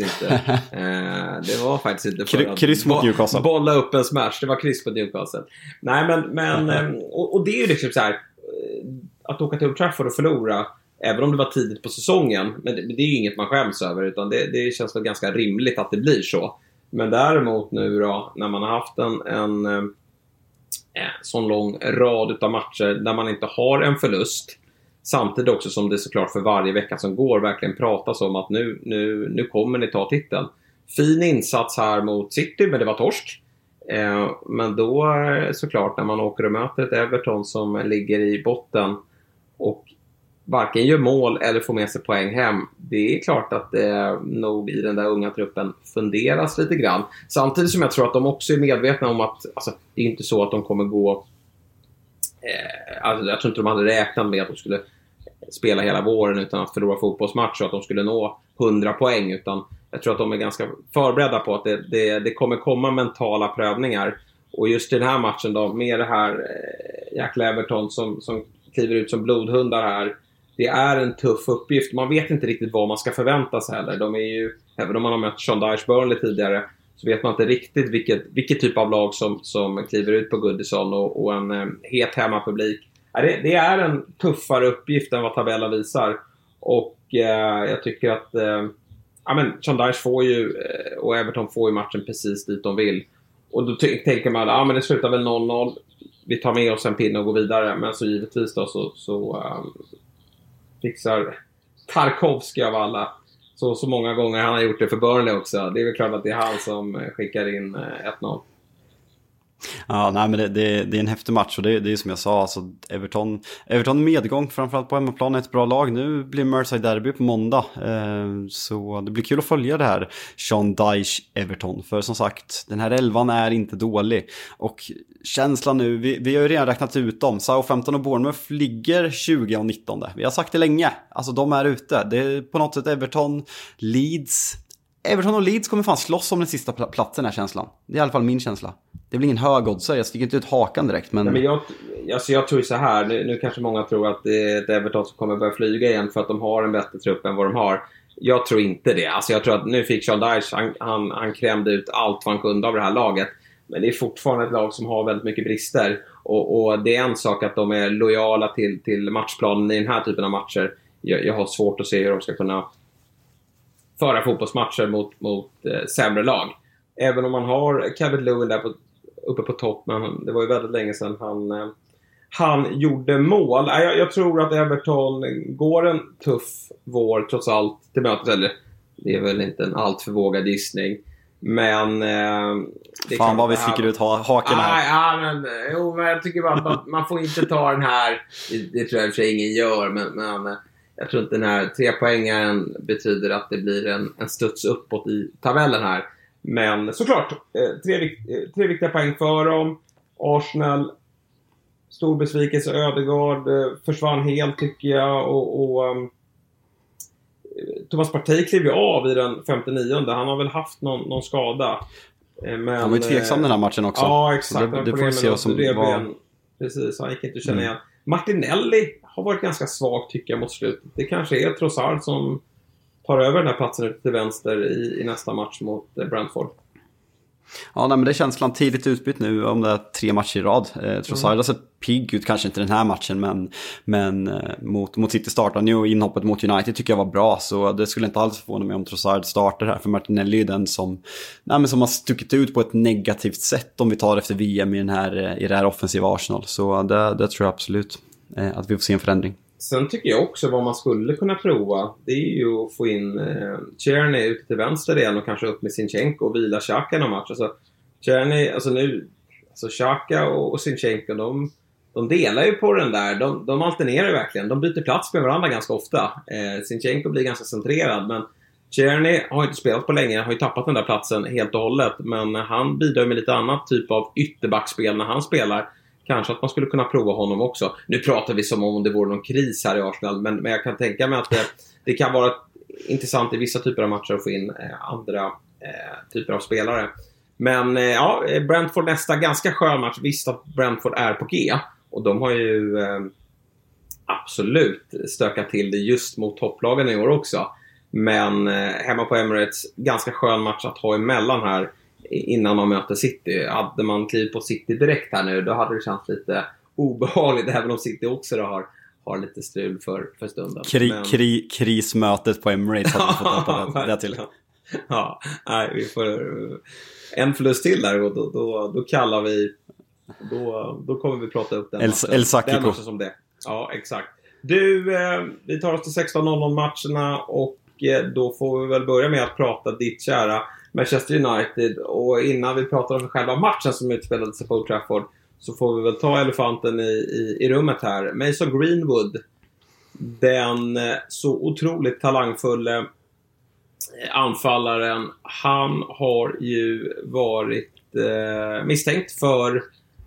inte för att kryss mot Newcastle. Bolla upp en smash. Det var kryss mot Newcastle. Nej, men och det är ju liksom så här, att åka till Old Trafford och förlora, även om det var tidigt på säsongen, men det är ju inget man skäms över, utan det känns väl ganska rimligt att det blir så. Men däremot nu då, när man har haft en sån lång rad av matcher där man inte har en förlust, samtidigt också som det såklart för varje vecka som går verkligen pratas om att nu kommer ni ta titeln. Fin insats här mot City, men det var torsk. Men då såklart när man åker och möter ett Everton som ligger i botten och varken gör mål eller får med sig poäng hem, det är klart att det nog i den där unga truppen funderas lite grann. Samtidigt som jag tror att de också är medvetna om att alltså, det är inte så att de kommer gå... Alltså, jag tror inte de hade räknat med att de skulle spela hela våren utan att förlora fotbollsmatcher och att de skulle nå 100 poäng, utan jag tror att de är ganska förberedda på att det kommer komma mentala prövningar. Och just i den här matchen då, med det här jäkla Everton som kliver ut som blodhundar här, det är en tuff uppgift. Man vet inte riktigt vad man ska förvänta sig heller. De är ju, även om man har mött Sean Dyche Burnley tidigare, så vet man inte riktigt vilket typ av lag som kliver ut på Goodison och en het hemmapublik. Det är en tuffare uppgift än vad tabellen visar. Och jag tycker att Sean Dyche får ju och Everton får ju matchen precis dit de vill. Och då tänker man men det slutar väl 0-0. Vi tar med oss en pinne och går vidare. Men så givetvis då så fixar Tarkovsky av alla. Så många gånger han har gjort det för Burnley också. Det är väl klart att det är han som skickar in 1-0. Ja, nej, men det är en häftig match, och det är som jag sa, alltså Everton medgång, framförallt på hemmaplan, är ett bra lag. Nu blir Merseyside derby på måndag, så det blir kul att följa det här Sean Dyche Everton, för som sagt, den här 11 är inte dålig, och känslan nu, vi har ju redan räknat ut dem. Southampton och Bournemouth ligger 20 och 19. Vi har sagt det länge, alltså de är ute. Det är på något sätt Everton och Leeds kommer fan slåss om den sista platsen, här känslan. Det är i alla fall min känsla. Det blir ingen hög odds, jag sticker inte ut hakan direkt. Men... Nej, men jag tror så här, nu kanske många tror att det är ett Everton som kommer börja flyga igen för att de har en bättre trupp än vad de har. Jag tror inte det. Alltså jag tror att nu fick Sean Dyche, han krämde ut allt vad han kunde av det här laget. Men det är fortfarande ett lag som har väldigt mycket brister. Och det är en sak att de är lojala till matchplanen i den här typen av matcher. Jag har svårt att se hur de ska kunna föra fotbollsmatcher mot sämre lag. Även om man har Calvert Lewin där uppe på topp, men det var ju väldigt länge sedan han gjorde mål. Jag tror att Everton går en tuff vår trots allt till mötet, eller det är väl inte en allt för vågad gissning. Men fan vad vi sticker ut haken här. Men jag tycker bara att man får inte ta den här, det tror jag i och för sig ingen gör, men jag tror inte den här 3-poängaren betyder att det blir en studs uppåt i tabellen här. Men såklart, tre viktiga poäng för dem. Arsenal, stor besvikelse. Ödegaard försvann helt tycker jag. Och Thomas Partey klev ju av i den 59:e. Han har väl haft någon skada. Men, han var ju tveksam den här matchen också. Ja, exakt. Det får vi se som var... Precis, han gick inte att känna igen. Martinelli har varit ganska svag tycker jag mot slutet. Det kanske är Trossard som tar över den här platsen ut till vänster i nästa match mot Brentford. Ja, nej, men det känns bland tidigt utbytt nu om det är 3 matcher i rad. Trossard har sett pigg ut, kanske inte den här matchen, men mot City startar nu och inhoppet mot United tycker jag var bra. Så det skulle inte alls förvåna mig om Trossard startar här. För Martinelli är den som har stuckit ut på ett negativt sätt om vi tar efter VM i det här offensiva Arsenal. Så det tror jag absolut att vi får se en förändring. Sen tycker jag också vad man skulle kunna prova, det är ju att få in Tierney ute till vänster igen och kanske upp med Zinchenko och vila Xhaka någon match. Alltså Tierney, Xhaka och Zinchenko, de delar ju på den där, de alternerar verkligen, de byter plats med varandra ganska ofta. Zinchenko blir ganska centrerad, men Tierney har inte spelat på länge, har ju tappat den där platsen helt och hållet, men han bidrar med lite annat typ av ytterbackspel när han spelar. Kanske att man skulle kunna prova honom också. Nu pratar vi som om det vore någon kris här i Arsenal. Men jag kan tänka mig att det kan vara intressant i vissa typer av matcher att få in andra typer av spelare. Men Brentford nästa ganska skön match. Visst att Brentford är på G. Och de har ju absolut stökat till det just mot topplagen i år också. Men hemma på Emirates, ganska skön match att ha emellan här. Innan man möter City. Hade man klivit på City direkt här nu, då hade det känts lite obehagligt, även om City också då har lite strul för stunden. Krismötet på Emirates hade vi fått hoppa det till. Ja, nej, vi får en förlust till där och då kallar vi då kommer vi prata upp den El Sakiko som det. Ja, exakt. Du, vi tar oss till 16:00 matcherna och då får vi väl börja med att prata ditt kära Manchester United, och innan vi pratar om själva matchen som utspelade sig på Old Trafford så får vi väl ta elefanten i rummet här. Mason Greenwood, den så otroligt talangfulla anfallaren, han har ju varit misstänkt för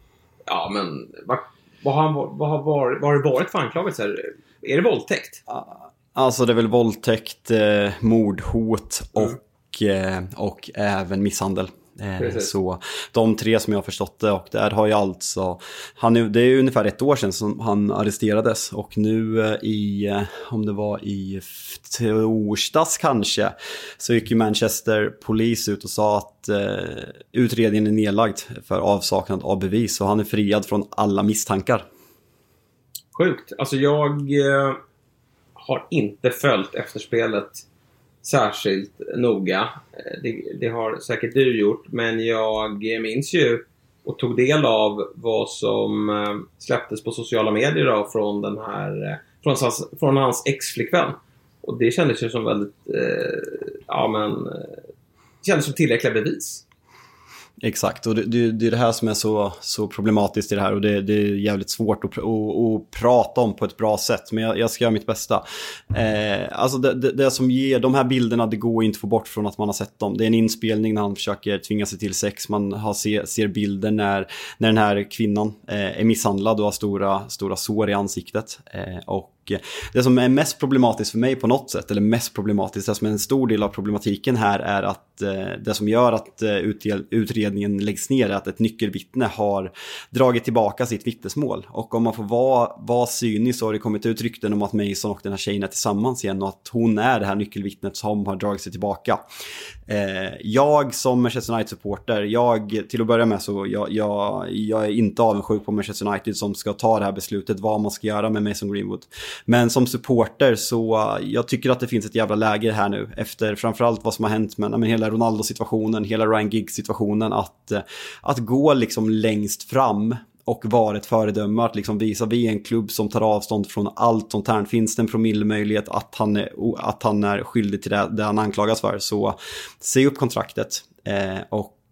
vad har det varit för anklagelser? Är det våldtäkt? Alltså det är väl våldtäkt, mordhot och även misshandel. Så de 3 som jag har förstått det, och där har ju alltså det är ju ungefär 1 år sedan som han arresterades, och nu om det var i torsdags kanske, så gick ju Manchester Polis ut och sa att utredningen är nedlagd för avsaknad av bevis, så han är friad från alla misstankar. Sjukt. Alltså jag har inte följt efterspelet särskilt noga. Det har säkert du gjort, men jag minns ju och tog del av vad som släpptes på sociala medier då, från den här från hans ex-flickvän. Och det kändes ju som väldigt kändes som tillräckliga bevis. Exakt, och det är det här som är så problematiskt i det här, och det är jävligt svårt att prata om på ett bra sätt, men jag ska göra mitt bästa. Alltså det som ger de här bilderna, det går inte att få bort från att man har sett dem. Det är en inspelning när han försöker tvinga sig till sex, man ser bilder när den här kvinnan är misshandlad och har stora sår i ansiktet, och det som är mest problematiskt för mig på något sätt, eller mest problematiskt, det som är en stor del av problematiken här, är att det som gör att utredningen läggs ner är att ett nyckelvittne har dragit tillbaka sitt vittnesmål. Och om man får vara cynisk, så har det kommit ut rykten om att Mason och den här tjejen är tillsammans igen, och att hon är det här nyckelvittnet som har dragit sig tillbaka. Jag som Manchester United-supporter, till att börja med så jag är inte avundsjuk på Manchester United som ska ta det här beslutet vad man ska göra med Mason Greenwood. Men som supporter så jag tycker att det finns ett jävla läge här nu, efter framförallt vad som har hänt med hela Ronaldo-situationen, hela Ryan Giggs-situationen, att gå liksom längst fram och vara ett föredöme, att liksom visa vi är en klubb som tar avstånd från allt sånt här. Finns det en promillemöjlighet att han är skyldig till det han anklagas för, så se upp kontraktet. Och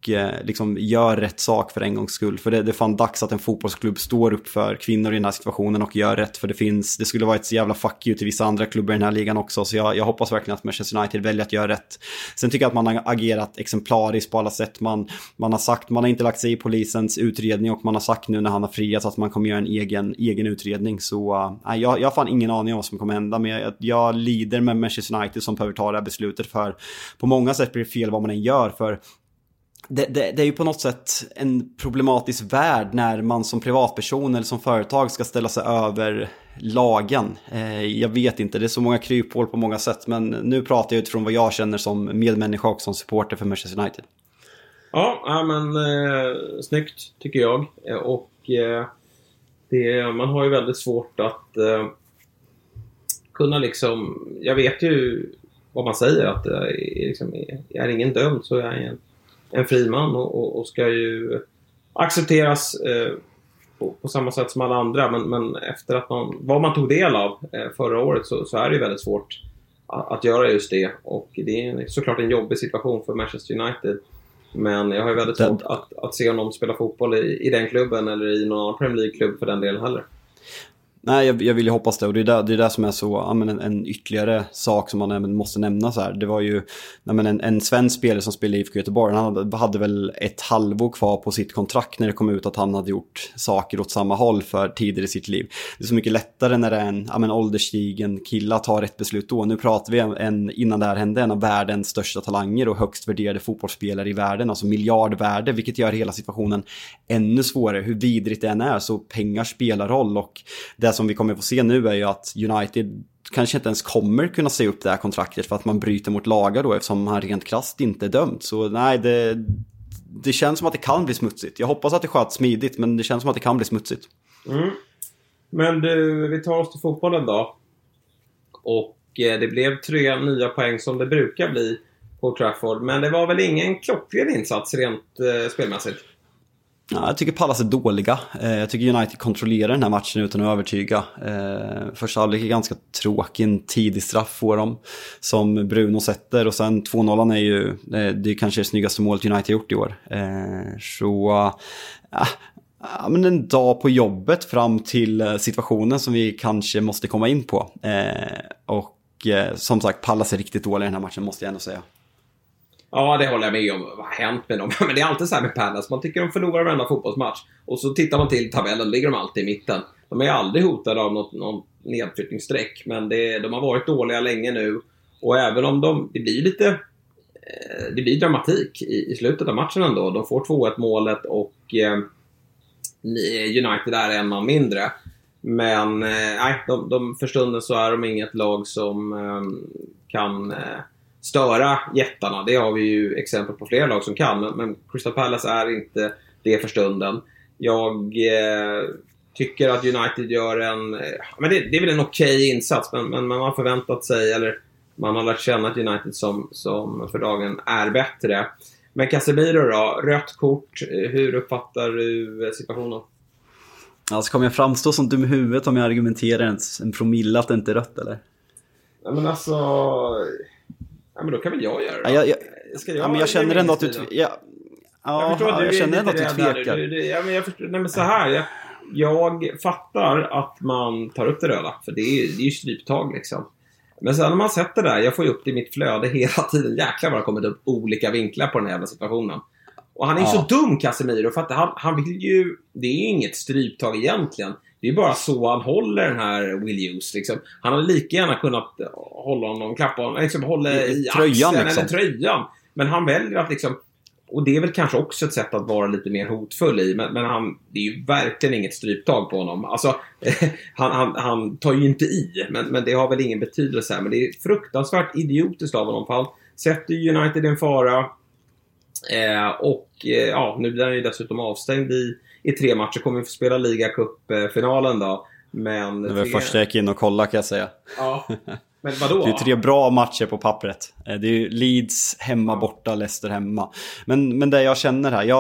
liksom gör rätt sak för en gångs skull. För det är fan dags att en fotbollsklubb står upp för kvinnor i den här situationen och gör rätt. För det skulle vara ett så jävla fuck you till vissa andra klubbar i den här ligan också. Så jag hoppas verkligen att Manchester United väljer att göra rätt. Sen tycker jag att man har agerat exemplariskt på alla sätt. Man har inte lagt sig i polisens utredning, och man har sagt nu när han har friats att man kommer göra en egen utredning. Så jag har fan ingen aning om vad som kommer hända, men jag lider med Manchester United som behöver ta det här beslutet, för på många sätt blir det fel vad man än gör. För det är ju på något sätt en problematisk värld när man som privatperson eller som företag ska ställa sig över lagen. Jag vet inte, det är så många kryphål på många sätt, men nu pratar jag utifrån vad jag känner som medmänniska och som supporter för Manchester United. Ja, men snyggt tycker jag. Och man har ju väldigt svårt att kunna liksom, jag vet ju vad man säger, att liksom, är ingen dömd så är jag en fri man och ska ju accepteras på samma sätt som alla andra, men efter att vad man tog del av förra året så är det ju väldigt svårt att göra just det, och det är såklart en jobbig situation för Manchester United, men jag har ju väldigt svårt att se honom spela fotboll i den klubben eller i någon annan Premier League-klubb för den delen heller. Nej, jag vill ju hoppas det, och det är det som är så en ytterligare sak som man även måste nämna så här. Det var ju en svensk spelare som spelade i IFK Göteborg, han hade väl ett halvår kvar på sitt kontrakt när det kom ut att han hade gjort saker åt samma håll för tidigare i sitt liv. Det är så mycket lättare när det är en ålderstigen kille att ta rätt beslut då. Nu pratar vi innan det här hände, en av världens största talanger och högst värderade fotbollsspelare i världen, alltså miljardvärde, vilket gör hela situationen ännu svårare. Hur vidrigt det än är så pengar spelar roll, och det som vi kommer få se nu är ju att United kanske inte ens kommer kunna se upp det här kontraktet för att man bryter mot lagar då, eftersom han rent krasst inte är dömd. Så nej, det känns som att det kan bli smutsigt. Jag hoppas att det sköts smidigt, men det känns som att det kan bli smutsigt. Men du, vi tar oss till fotbollen då. Och det blev 3 nya poäng som det brukar bli på Trafford, men det var väl ingen klockren insats rent spelmässigt? Ja, jag tycker Palace är dåliga. Jag tycker United kontrollerar den här matchen utan att övertyga. Första halvlek är ganska tråkig, en tidig straff får de som Bruno sätter, och sen 2-0 är ju det är kanske det snyggaste målet United gjort i år. Men en dag på jobbet fram till situationen som vi kanske måste komma in på. Som sagt, Palace är riktigt dåliga i den här matchen, måste jag ändå säga. Ja, det håller jag med om. Vad har hänt med dem? Men det är alltid så här med Palace. Man tycker de förlorar varenda fotbollsmatch. Och så tittar man till tabellen, ligger de alltid i mitten. De är aldrig hotade av någon nedflyttningsstreck. Men de har varit dåliga länge nu. Och även om det blir dramatik i slutet av matchen ändå. De får 2-1 målet och United är en man mindre. Men de för stunden så är de inget lag som kan störa jättarna. Det har vi ju exempel på flera lag som kan, men Crystal Palace är inte det för stunden. Jag tycker att United gör men det är väl en okej insats, men man har förväntat sig, eller man har lärt känna att United som för dagen är bättre. Men Casemiro då, rött kort, hur uppfattar du situationen? Alltså, kommer jag framstå som dum i huvudet om jag argumenterar en promille att det inte är rött, eller? Ja, men alltså... Ja, men då kan väl jag göra det. Jag känner ändå att du... jag känner ändå att du tvekar. Nej, men så här. Jag fattar att man tar upp det röda. För det är ju stryptag liksom. Men sen när man sätter det där, jag får ju upp det i mitt flöde hela tiden. Jäklar vad det kommit upp olika vinklar på den här jävla situationen. Och han är ju så dum, Casemiro, för att han vill ju... Det är ju inget stryptag egentligen. Det är bara så han håller den här Will Hughes liksom. Han hade lika gärna kunnat hålla honom, klappa honom, liksom hålla i tröjan, axeln liksom. eller tröjan. Men han väljer att liksom... Och det är väl kanske också ett sätt att vara lite mer hotfull i. Men det är ju verkligen inget stryptag på honom. Alltså, han tar ju inte i. Men det har väl ingen betydelse här. Men det är fruktansvärt idiotiskt av honom. För han sätter United i en fara. Nu blir han ju dessutom avstängd i 3 matcher. Kommer vi få spela Liga Cup-finalen då. Men det var första jag gick in och kolla, kan jag säga. Ja, men vadå? Det är 3 bra matcher på pappret. Det är ju Leeds hemma, borta, Leicester hemma. Men det jag känner här,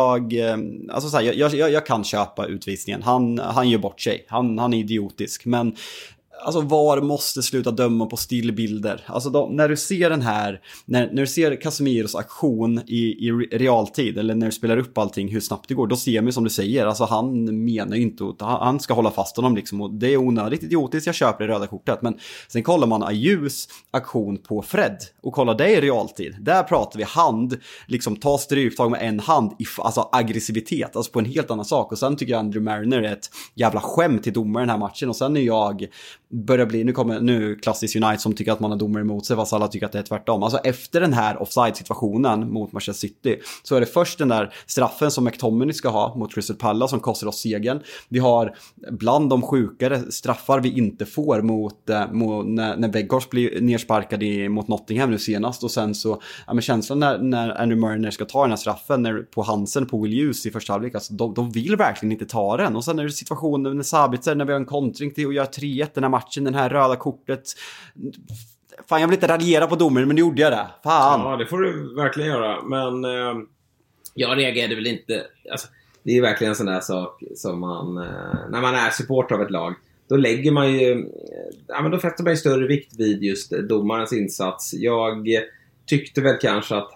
jag kan köpa utvisningen. Han gör bort sig. Han är idiotisk. Men alltså VAR måste sluta döma på stillbilder. Alltså när du ser den här, när du ser Casemiros aktion i realtid, eller när du spelar upp allting hur snabbt det går, då ser man som du säger, alltså han menar ju inte att han ska hålla fast honom liksom, och det är onödigt idiotiskt, jag köper det röda kortet. Men sen kollar man Ajus aktion på Fred och kollar det i realtid. Där pratar vi hand, liksom ta stryptag med en hand, alltså aggressivitet, alltså på en helt annan sak. Och sen tycker jag Andrew Mariner är ett jävla skämt till domare den här matchen. Och sen är jag börjar bli, nu klassiskt United som tycker att man har domare emot sig, fast alla tycker att det är tvärtom. Alltså efter den här offside-situationen mot Manchester City så är det först den där straffen som McTominay ska ha mot Crystal Palace som kostar oss segern. Vi har bland de sjukare straffar vi inte får mot när Weghorst blir nersparkad mot Nottingham nu senast. Och sen så, ja, men känslan när Andrew Mariner ska ta den här straffen på Hansen på Will Hughes i första halvlek, alltså de vill verkligen inte ta den. Och sen är det situationen med Sabitzer när vi har en kontring till att göra 3-1 den här matchen, den här röda kortet. Fan, jag vill inte radera på domaren, men nu gjorde jag det. Fan. Ja, det får du verkligen göra. Men jag reagerade väl inte. Alltså, det är verkligen en sån där sak som man, när man är supporter av ett lag, då lägger man ju, ja, men då fäster man ju större vikt vid just domarens insats. Jag tyckte väl kanske att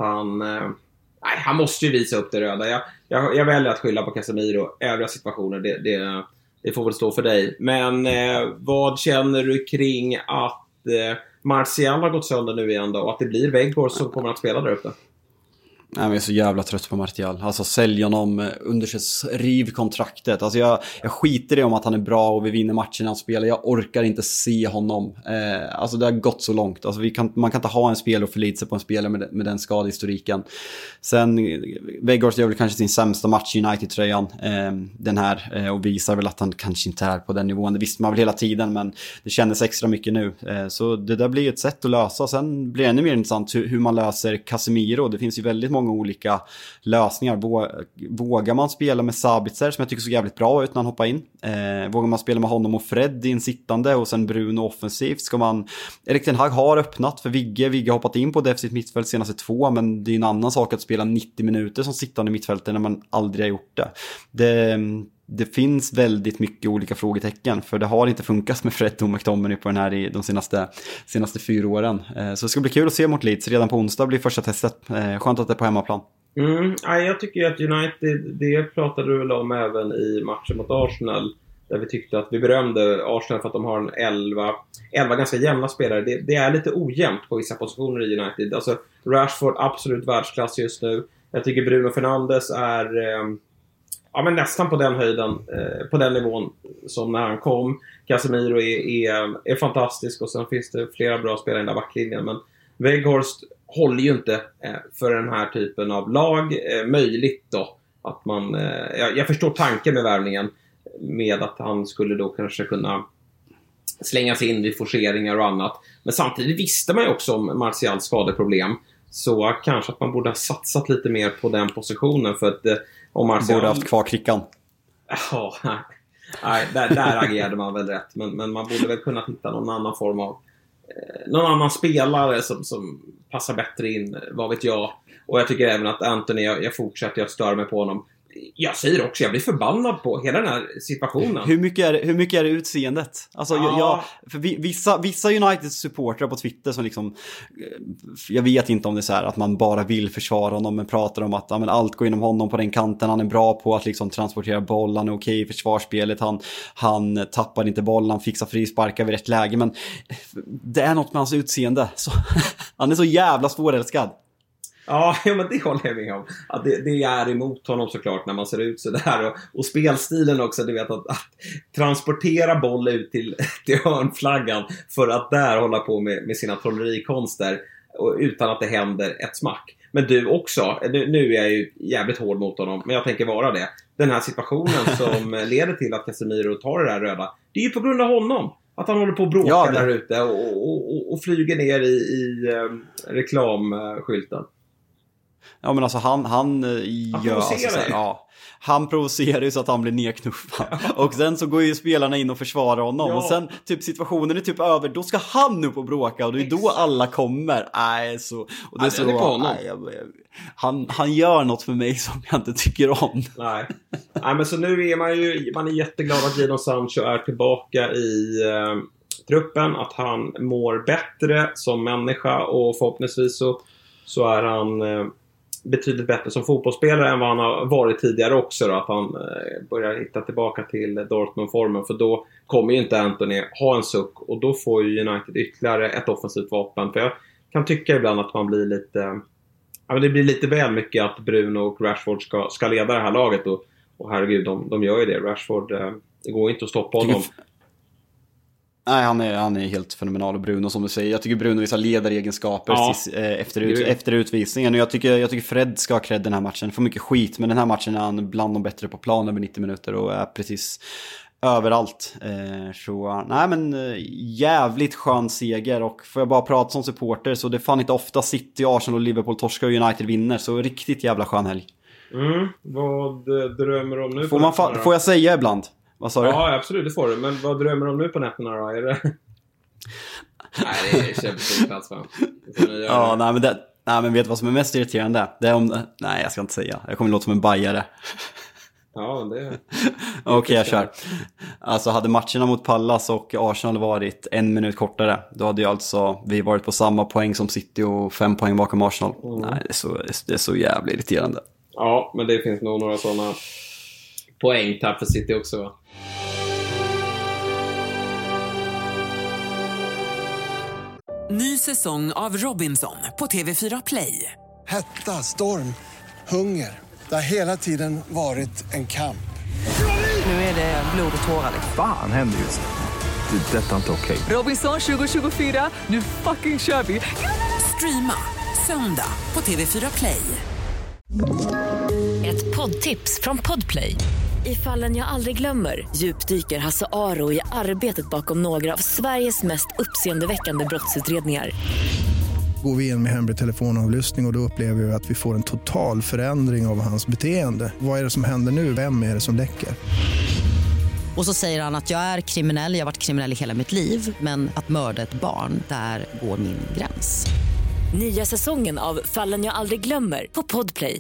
han måste ju visa upp det röda. Jag väljer att skylla på Casemiro. Övriga situationer, det får väl stå för dig. Men vad känner du kring att Martial har gått sönder nu igen då, och att det blir Weghorst som kommer att spela där uppe? Nej, jag är så jävla trött på Martial. Alltså sälja honom, riv kontraktet. Alltså jag skiter i om att han är bra och vi vinner matchen han spelar. Jag orkar inte se honom. Alltså det har gått så långt. Alltså man kan inte ha en spelare och förlita sig på en spelare med den skadehistoriken. Sen Weghorst gör väl kanske sin sämsta match i United-tröjan den här, och visar väl att han kanske inte är på den nivån. Det visste man väl hela tiden, men det kändes extra mycket nu. Så det där blir ett sätt att lösa. Sen blir det ännu mer intressant hur man löser Casemiro. Det finns ju väldigt många olika lösningar. Vågar man spela med Sabitzer, som jag tycker så jävligt bra ut när han hoppar in? Vågar man spela med honom och Fred in sittande och sen Bruno offensivt? Ska man... Erik Ten Hag har öppnat för Vigge har hoppat in på defensivt mittfält senaste 2, men det är en annan sak att spela 90 minuter som sittande mittfältet när man aldrig har gjort det. Det finns väldigt mycket olika frågetecken, för det har inte funkat med Fred och McTominay på den här i de senaste 4 åren. Så det ska bli kul att se mot Leeds. Redan på onsdag blir första testet. Skönt att det är på hemmaplan. Jag tycker att United, det pratade du väl om även i matchen mot Arsenal, där vi tyckte att vi berömde Arsenal för att de har en 11 ganska jämna spelare. Det är lite ojämnt på vissa positioner i United. Alltså Rashford, absolut världsklass just nu. Jag tycker Bruno Fernandes är men nästan på den höjden, på den nivån som när han kom. Casemiro är fantastisk, och sen finns det flera bra spelare i den där backlinjen. Men Weghorst håller ju inte för den här typen av lag. Möjligt då att man... jag förstår tanken med värvningen, med att han skulle då kanske kunna slängas in vid forceringar och annat. Men samtidigt visste man ju också om Martials skadeproblem. Så kanske att man borde ha satsat lite mer på den positionen, för att om Martial... Borde haft kvar Krickan. Ja, nej, där agerade man väl rätt. Men man borde väl kunna hitta någon annan form av... någon annan spelare som passar bättre in, vad vet jag. Och jag tycker även att Anthony, jag fortsätter att störa mig på honom. Jag säger också, jag blir förbannad på hela den här situationen. Hur mycket är det utseendet? Alltså för vissa United-supportrar på Twitter som liksom, jag vet inte om det är så här att man bara vill försvara honom, men pratar om att men allt går inom honom på den kanten, han är bra på att liksom transportera boll, han är okej i försvarsspelet, han tappar inte boll, han fixar frisparkar vid rätt läge, men det är något med hans utseende. Så, han är så jävla svårälskad. Ja, men det håller jag med om. Att det är emot honom såklart när man ser ut så där. Och spelstilen också, du vet, att transportera boll ut till hörnflaggan för att där hålla på med sina trollerikonster, och utan att det händer ett smack. Men du också, nu är jag ju jävligt hård mot honom, men jag tänker vara det. Den här situationen som leder till att Casemiro tar det där röda, det är ju på grund av honom. Att han håller på att bråka där ute och flyger ner i reklamskylten. Ja, men alltså han gör alltså så här, han provocerar ju så att han blir nedknuffad. Och sen så går ju spelarna in och försvarar honom. Och sen typ situationen är typ över, då ska han upp och bråka, och det är då alla kommer. Och det är så han gör något för mig som jag inte tycker om. Nej, men så nu är man är jätteglad att Jadon Sancho är tillbaka truppen, att han mår bättre som människa och förhoppningsvis så är han betydligt bättre som fotbollsspelare än vad han har varit tidigare också då, att han börjar hitta tillbaka till Dortmund-formen, för då kommer ju inte Antony ha en suck och då får ju United ytterligare ett offensivt vapen. För jag kan tycka ibland att man blir lite det blir lite väl mycket att Bruno och Rashford ska leda det här laget och herregud, de gör ju det. Rashford, det går inte att stoppa honom. Nej, han är helt fenomenal, och Bruno, som du säger. Jag tycker Bruno visar ledaregenskaper efter utvisningen. Och jag tycker Fred ska ha cred den här matchen. Får mycket skit, men den här matchen är han bland de bättre på plan över 90 minuter och är precis överallt. Så nej, men jävligt skön seger. Och får jag bara prata som supporter, så det är fan inte ofta City, Arsenal och Liverpool torskar och United vinner. Så riktigt jävla skön helg. Vad drömmer du om nu? Får jag säga ibland? Vad sa du? Ja, absolut, det får du. Men vad drömmer du om nu på nätterna då? Är det... Nej, det är kämpesynt fan. Ja, nej, men vet du vad som är mest irriterande? Det är om... Nej, jag ska inte säga. Jag kommer låta som en bajare. Ja, det... Okej, jag kör. Alltså, hade matcherna mot Pallas och Arsenal varit 1 minut kortare, då hade ju alltså vi varit på samma poäng som City och 5 poäng bakom Arsenal. Nej, det är så jävla irriterande. Ja, men det finns nog några sådana poängtapp för City också, va? Ny säsong av Robinson på TV4 Play. Hetta, storm, hunger. Det har hela tiden varit en kamp. Nu är det blod och tårar. Fan, händer just det. Detta är inte okej. Robinson 2024, nu fucking kör vi. Streama söndag på TV4 Play. Ett poddtips från Podplay. I Fallen jag aldrig glömmer djupdyker Hasse Aro i arbetet bakom några av Sveriges mest uppseendeväckande brottsutredningar. Går vi in med hemlig telefonavlyssning och då upplever vi att vi får en total förändring av hans beteende. Vad är det som händer nu? Vem är det som läcker? Och så säger han att jag är kriminell, jag har varit kriminell i hela mitt liv. Men att mörda ett barn, där går min gräns. Nya säsongen av Fallen jag aldrig glömmer på Podplay.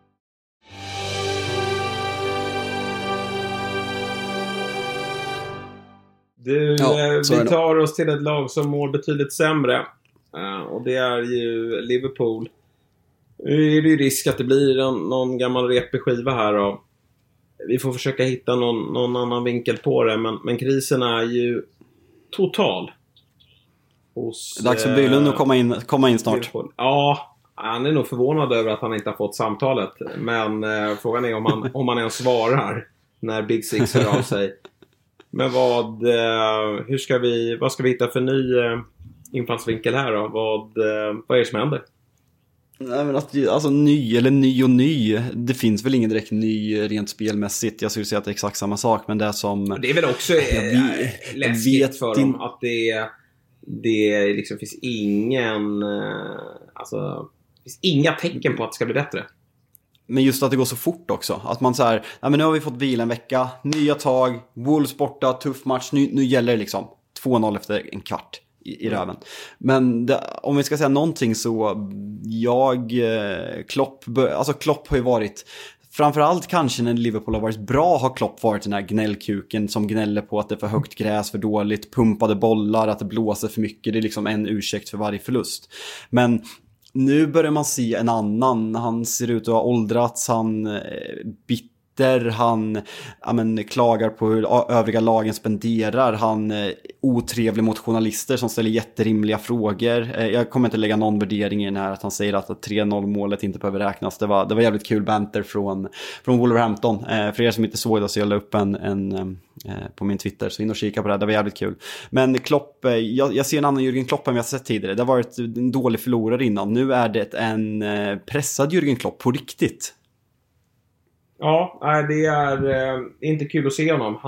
Vi tar oss till ett lag som mår betydligt sämre. Och det är ju Liverpool. Nu är det ju risk att det blir någon gammal repig skiva här då. Vi får försöka hitta någon annan vinkel på det. Men krisen är ju total. Dags för Bylund att komma in snart. Liverpool. Ja, han är nog förvånad över att han inte har fått samtalet. Men frågan är om han ens svarar när Big Six hör av sig. Men vad ska vi hitta för ny infallsvinkel här då? Vad är det som händer? Nej, men alltså ny. Det finns väl ingen direkt ny rent spelmässigt. Jag skulle säga att det är exakt samma sak, men det är som... Det är väl också läskigt för dem att det liksom finns finns inga tecken på att det ska bli bättre. Men just att det går så fort också. Att man så här, men nu har vi fått vila en vecka, nya tag, Wolves borta, tuff match, nu gäller det liksom 2-0 efter en kvart i röven. Men om vi ska säga någonting så Klopp har ju varit, framförallt kanske när Liverpool har varit bra, har Klopp varit den här gnällkuken som gnäller på att det är för högt gräs, för dåligt, pumpade bollar, att det blåser för mycket. Det är liksom en ursäkt för varje förlust. Men nu börjar man se en annan. Han ser ut att ha åldrats, han bitter, han klagar på hur övriga lagen spenderar, han otrevlig mot journalister som ställer jätterimliga frågor. Jag kommer inte lägga någon värdering i den här att han säger att 3-0 målet inte behöver räknas. Det var jävligt kul banter från Wolverhampton. För er som inte såg det så jag la upp en på min Twitter, så in och kika på det. Det var jävligt kul. Men Klopp, jag ser en annan Jürgen Klopp än jag sett tidigare. Det har varit en dålig förlorare innan. Nu är det en pressad Jürgen Klopp på riktigt. Ja, det är inte kul att se honom.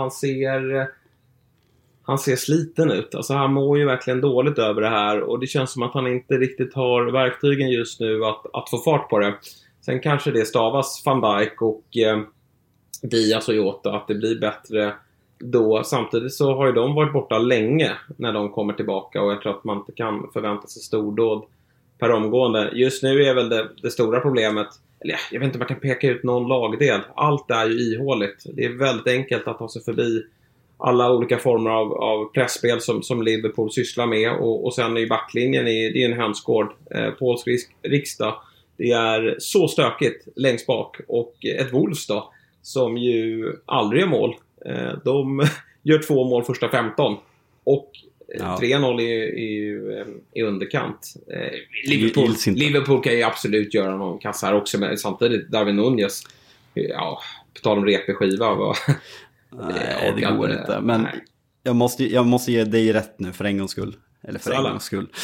Han ser sliten ut. Alltså han mår ju verkligen dåligt över det här. Och det känns som att han inte riktigt har verktygen just nu att få fart på det. Sen kanske det stavas Van Dijk och Diaz och Jota att det blir bättre då. Samtidigt så har ju de varit borta länge när de kommer tillbaka. Och jag tror att man inte kan förvänta sig stordåd per omgående. Just nu är väl det stora problemet. Eller jag vet inte om man kan peka ut någon lagdel. Allt är ju ihåligt. Det är väldigt enkelt att ta sig förbi alla olika former av pressspel som Liverpool sysslar med. Och sen i backlinjen, det är en hönsgård. Pauls riksdag. Det är så stökigt längst bak. Och ett Wolves då, som ju aldrig gör mål. De gör 2 mål första 15. Och 3-0 i underkant. Liverpool kan ju absolut göra någon kassa här också. Men samtidigt Darwin Núñez, på tal om repig skiva. Nej, det går inte. Men jag måste ge dig rätt nu för en gångs skull. Eller för en gångs skull.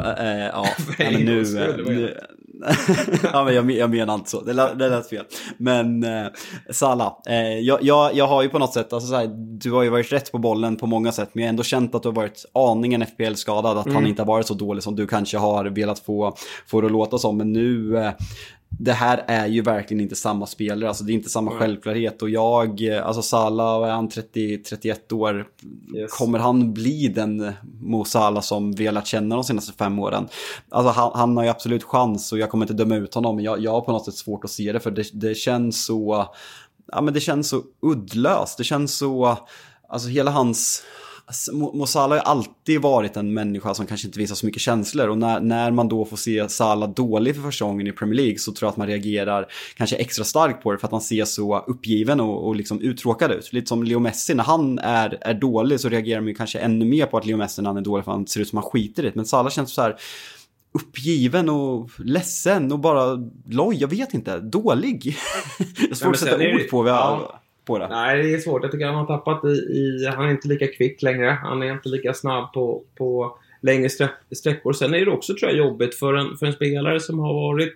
Men jag menar inte så. Det lät fel. Men Salah, jag har ju på något sätt, alltså så här, du har ju varit rätt på bollen på många sätt, men jag har ändå känt att du har varit aningen FPL-skadad, att han inte har varit så dålig som du kanske har velat få det att låta som. Men nu det här är ju verkligen inte samma spelare, alltså det är inte samma självklarhet. Och alltså Salah, är han 31 år, kommer han bli den Mo Salah som vi har lärt känna de senaste 5 åren? Alltså han har ju absolut chans, och jag kommer inte döma ut honom, men jag har på något sätt svårt att se det, för det känns så, men det känns så uddlöst, det känns så, alltså hela hans... Mo Salah har alltid varit en människa som kanske inte visar så mycket känslor, och när man då får se Salah dålig för första gången i Premier League, så tror jag att man reagerar kanske extra starkt på det, för att han ser så uppgiven och liksom uttråkad ut. Lite som Leo Messi, när han är dålig så reagerar man ju kanske ännu mer på att Leo Messi när han är dålig, för han ser ut som han skiter i det. Men Salah känns så här uppgiven och ledsen och bara jag vet inte, dålig. Det är svårt att sätta ord på det. Nej, det är svårt. Jag tycker att han har tappat han är inte lika kvick längre. Han är inte lika snabb på längre sträckor. Sen är det också, tror jag, jobbigt för en spelare som har varit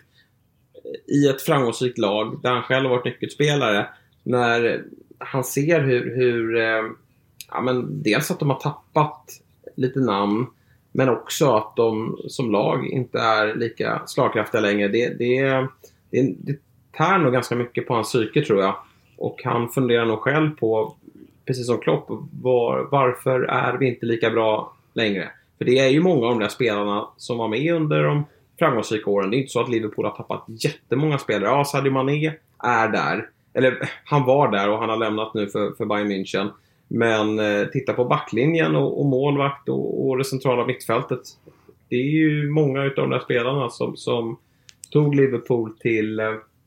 i ett framgångsrikt lag, där han själv har varit nyckelspelare, när han ser hur dels att de har tappat lite namn, men också att de som lag inte är lika slagkraftiga längre. Det tär nog ganska mycket på hans psyke, tror jag. Och han funderar nog själv på, precis som Klopp, varför är vi inte lika bra längre? För det är ju många av de där spelarna som var med under de framgångsrika åren. Det är inte så att Liverpool har tappat jättemånga spelare. Sadio Mané är där. Eller han var där och han har lämnat nu för Bayern München. Men titta på backlinjen och målvakt och det centrala mittfältet. Det är ju många av de där spelarna som tog Liverpool till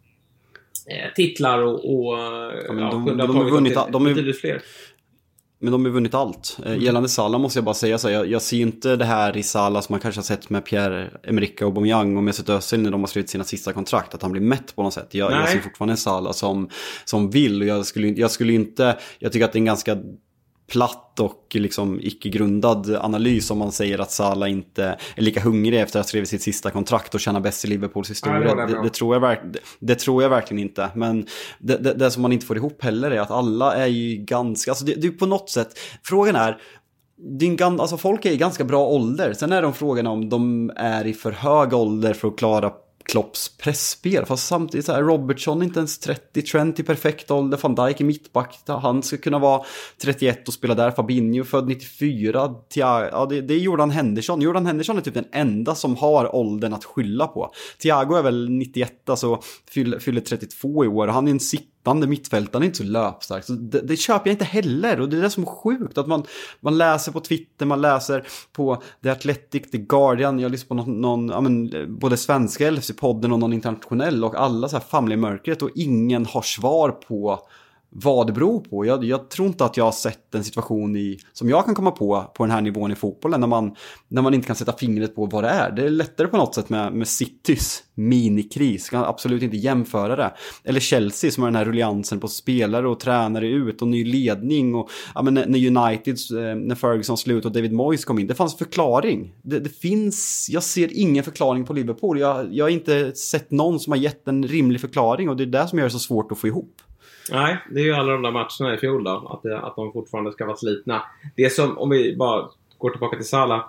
titlar och de har vunnit fler. Men de har vunnit allt. Gällande Salah måste jag bara säga så. Jag ser inte det här i Salah som man kanske har sett med Pierre-Emerick Aubameyang och Mesut Özil när de har skrivit sina sista kontrakt, att han blir mätt på något sätt. Jag ser fortfarande en Salah som vill, och jag tycker att det är en ganska platt och liksom icke-grundad analys om man säger att Salah inte är lika hungrig efter att ha skrivit sitt sista kontrakt och tjäna bäst i Liverpools historia. Det tror jag verkligen inte. Men det som man inte får ihop heller är att alla är ju ganska... Alltså det är på något sätt... Frågan är... Alltså folk är i ganska bra ålder. Sen är de frågan om de är i för hög ålder för att klara Klopps pressspel. Fast samtidigt så här, Robertson är inte ens 30, Trent i perfekt ålder, Van Dijk i mittback, han ska kunna vara 31 och spela där, Fabinho född 94, det är Jordan Henderson. Jordan Henderson är typ den enda som har åldern att skylla på. Thiago är väl 91, alltså fyller 32 i år, han är en sittande mittfältare, är inte så löpstark. Så det köper jag inte heller, och det är det som är sjukt, att man läser på Twitter, man läser på The Athletic, The Guardian, jag lyssnar på någon både svenska LFC-podden och någon internationell, och alla så här famlar i mörkret, och ingen har svar på vad det beror på. Jag tror inte att jag har sett en situation som jag kan komma på den här nivån i fotbollen, när man inte kan sätta fingret på vad det är. Det är lättare på något sätt med Citys minikris, kan absolut inte jämföra det. Eller Chelsea som har den här rulliansen på spelare och tränare ut och ny ledning, och när United, när Ferguson slut och David Moyes kom in, det fanns förklaring. Det finns, jag ser ingen förklaring på Liverpool. Jag har inte sett någon som har gett en rimlig förklaring, och det är det som gör det så svårt att få ihop. Nej, det är ju alla de där matcherna i fjol då, att de fortfarande ska vara slitna. Det som, om vi bara går tillbaka till Salah,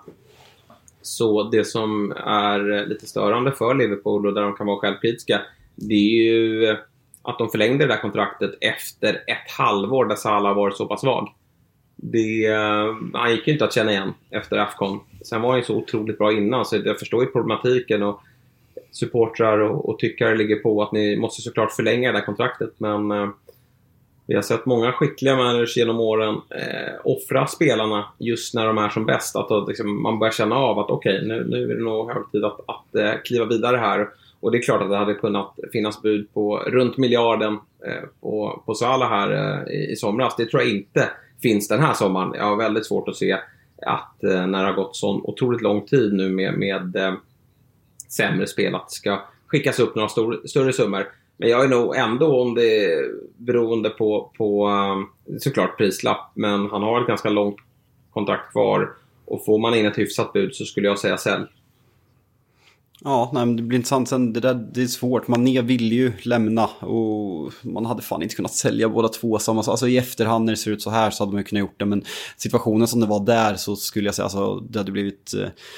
så det som är lite störande för Liverpool, och där de kan vara självkritiska, det är ju att de förlängde det där kontraktet efter ett halvår där Salah var så pass svag. Han gick ju inte att känna igen efter AFCON. Sen var han ju så otroligt bra innan, så jag förstår ju problematiken, och supportrar och tyckare ligger på att ni måste såklart förlänga det här kontraktet, men Vi har sett många skickliga managers genom åren offra spelarna just när de är som bäst. Att liksom, man börjar känna av att okej, nu är det nog hög tid att kliva vidare här. Och det är klart att det hade kunnat finnas bud på runt miljarden på Salah här i somras. Det tror jag inte finns den här sommaren. Jag har väldigt svårt att se att när det har gått så otroligt lång tid nu med sämre spel att det ska skickas upp några större summor. Men jag är nog ändå, om det är beroende på såklart prislapp, men han har ett ganska långt kontrakt kvar, och får man in ett hyfsat bud så skulle jag säga sälj. Ja, nej, men det blir intressant sen. Det är svårt. Mané vill ju lämna och man hade fan inte kunnat sälja båda två samma. Alltså i efterhand när det ser ut så här så hade man ju kunnat gjort det, men situationen som det var där så skulle jag säga alltså det hade blivit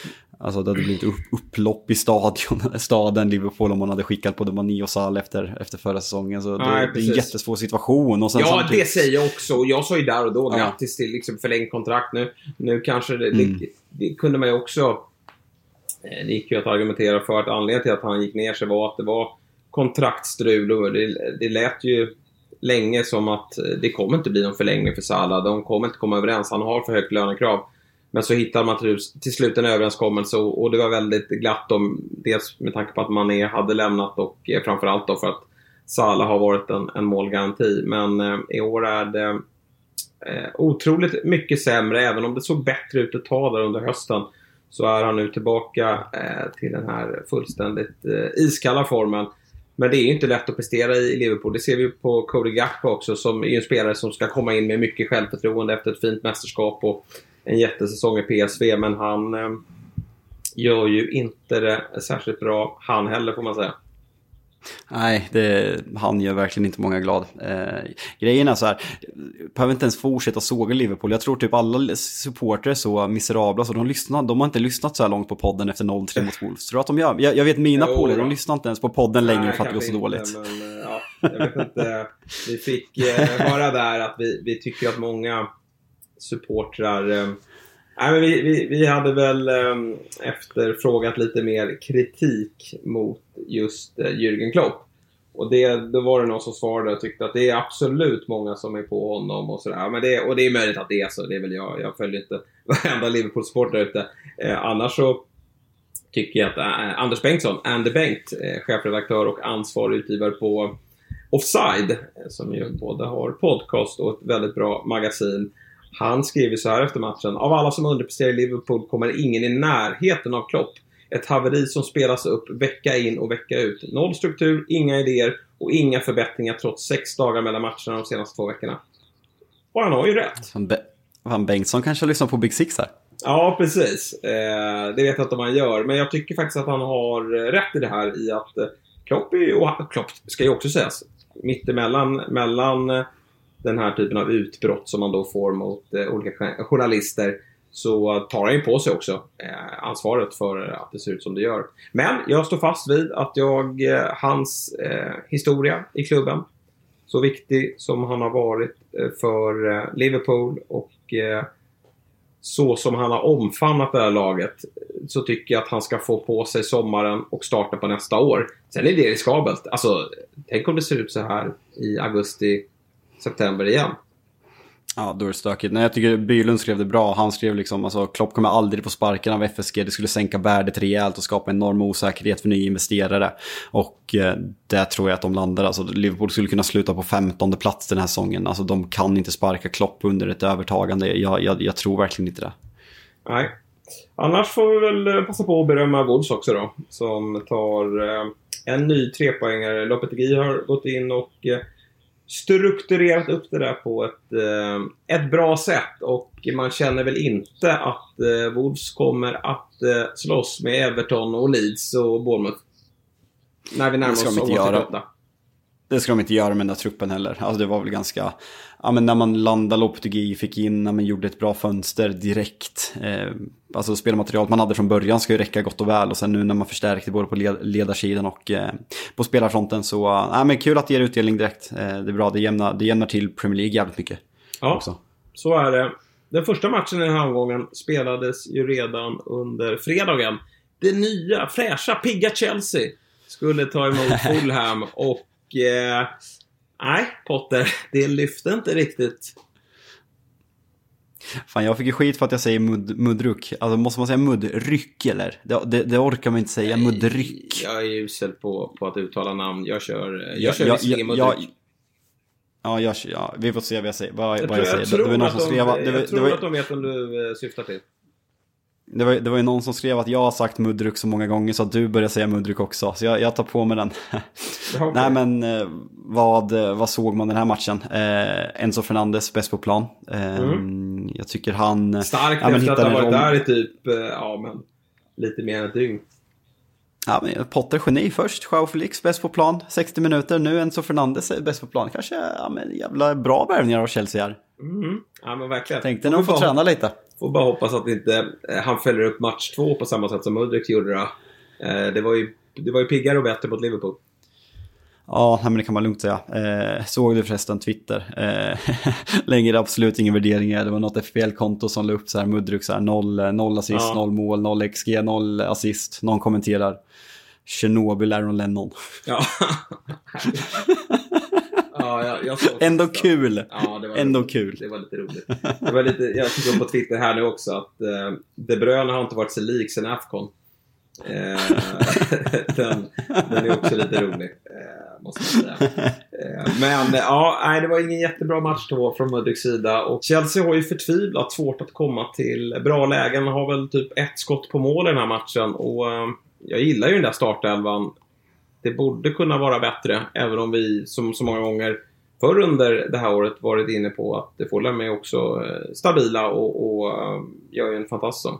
upplopp i staden Liverpool om man hade skickat både Mané och Salah efter förra säsongen. Så det är en jättesvår situation. Och sen ja, samtidigt... det säger jag också. Jag sa ju där och då grattis till liksom förlängt kontrakt. Nu kanske det kunde man ju också. Det gick ju att argumentera för att anledningen till att han gick ner sig var att det var kontraktstrul, och det lät ju länge som att det kommer inte bli någon förlängning för Salah. De kommer inte komma överens, han har för högt lönekrav. Men så hittade man till slut en överenskommelse, och det var väldigt glatt om, dels med tanke på att Mané hade lämnat och framförallt då för att Salah har varit en målgaranti. Men i år är det otroligt mycket sämre, även om det såg bättre ut ett tag där under hösten. Så är han nu tillbaka till den här fullständigt iskalla formen. Men det är ju inte lätt att prestera i Liverpool. Det ser vi på Cody Gakpo också, som är en spelare som ska komma in med mycket självförtroende efter ett fint mästerskap och en jättesäsong i PSV. Men han gör ju inte det särskilt bra, han heller, får man säga. Nej, han gör verkligen inte många glad. Grejen är så här, behöver inte ens fortsätta såga Liverpool. Jag tror typ alla supporter är så miserabla så de har inte lyssnat så här långt på podden efter 0-3 mot Wolves. Tror att de gör? Jag vet mina polare, de lyssnar inte ens på podden längre för att det går så dåligt. Men, ja, jag vet inte. Vi fick höra där att vi tycker att många supportrar... Nej, men vi hade väl efterfrågat lite mer kritik mot just Jürgen Klopp. Och då var det någon som svarade och tyckte att det är absolut många som är på honom och sådär. Men och det är möjligt att det är så, det är väl jag följer inte varenda Liverpool-sport där ute. Annars så tycker jag att Anders Bengtsson, Andy Bengt, chefredaktör och ansvarig utgivare på Offside, som ju både har podcast och ett väldigt bra magasin. Han skriver så här efter matchen: av alla som underpresterar i Liverpool kommer ingen i närheten av Klopp. Ett haveri som spelas upp vecka in och vecka ut. Noll struktur, inga idéer och inga förbättringar trots 6 dagar mellan matcherna de senaste 2 veckorna. Och han har ju rätt. Van Bengtsson kanske lyssnar på Big Six här. Ja, precis. Det vet jag inte vad han gör. Men jag tycker faktiskt att han har rätt i det här, i att Klopp ska ju också sägas mellan den här typen av utbrott som man då får mot olika journalister, så tar han ju på sig också ansvaret för att det ser ut som det gör. Men jag står fast vid att hans historia i klubben, så viktig som han har varit för Liverpool och så som han har omfamnat det här laget, så tycker jag att han ska få på sig sommaren och starta på nästa år. Sen är det riskabelt. Alltså, tänk om det ser ut så här i augusti-september igen. Ja, då är det stökigt. Nej, jag tycker Bylund skrev det bra. Han skrev liksom, alltså, Klopp kommer aldrig på sparken av FSG. Det skulle sänka värdet rejält och skapa enorm osäkerhet för nya investerare. Och där tror jag att de landar. Alltså, Liverpool skulle kunna sluta på 15:e plats den här säsongen. Alltså, de kan inte sparka Klopp under ett övertagande. Jag tror verkligen inte det. Nej. Annars får vi väl passa på att berömma Wolves också då. Som tar en ny 3-poängare. Lopetegui har gått in och strukturerat upp det där på ett bra sätt, och man känner väl inte att Wolves kommer att slåss med Everton och Leeds och Bournemouth när vi närmar oss om. Det ska de inte göra med den där truppen heller. Alltså det var väl ganska... Ja, men när man landade Lopetegui, fick in, när man gjorde ett bra fönster direkt. Alltså spelmaterialet man hade från början ska ju räcka gott och väl. Och sen nu när man förstärkte både på ledarsidan och på spelarfronten, så... men kul att det ger utdelning direkt. Det är bra, det jämnar till Premier League jävligt mycket. Ja, också. Så är det. Den första matchen i den här omgången spelades ju redan under fredagen. Det nya, fräscha, pigga Chelsea skulle ta emot Fulham, och Nej, Potter, det lyfte inte riktigt. Fan, jag fick ju skit för att jag säger muddruck. Alltså måste man säga muddryck eller? Det orkar man inte säga, muddryck. Jag är usel på att uttala namn. Jag kör visserligen muddryck. Ja, vi får se vad jag säger. Jag tror att de vet om du syftar till. Det var ju någon som skrev att jag har sagt muddruck så många gånger så att du börjar säga muddruck också. Så jag tar på mig den. Okay. Nej, men vad såg man den här matchen? Enzo Fernandes bäst på plan. Jag tycker han... Starkt efter att ha varit där i typ lite mer än ett dygn. Ja, men Potter geni först. Joao Felix bäst på plan. 60 minuter. Nu Enzo Fernandes bäst på plan. Kanske jävla bra värvningar av Chelsea här. Ja, men verkligen. Tänkte nog få träna lite. Får bara hoppas att inte han följer upp match 2 på samma sätt som Mudryk gjorde då. Det var ju piggare och bättre mot Liverpool. Ja, men det kan man lugnt säga. Såg du förresten Twitter? Längre absolut ingen värderingar. Det var något FPL-konto som la upp så här Mudryk så här 0 assist, 0 mål, 0 XG, 0 assist. Någon kommenterar Chernobyl Aaron Lennon. Ja. Ja, jag såg ändå kul. Ja, det var ändå roligt. Kul. Det var lite roligt. Jag tycker på Twitter här nu också att De Bruyne har inte varit så lik sen AFCON. Den är också lite rolig, måste man säga. Men det var ingen jättebra match då från Mudryks sida. Och Chelsea har ju förtvivlat svårt att komma till bra lägen. Har väl typ 1 skott på mål i den här matchen. Och jag gillar ju den där startelvan. Det borde kunna vara bättre, även om vi som så många gånger förr under det här året varit inne på att det får lämna också stabila och gör ju en fantastisk.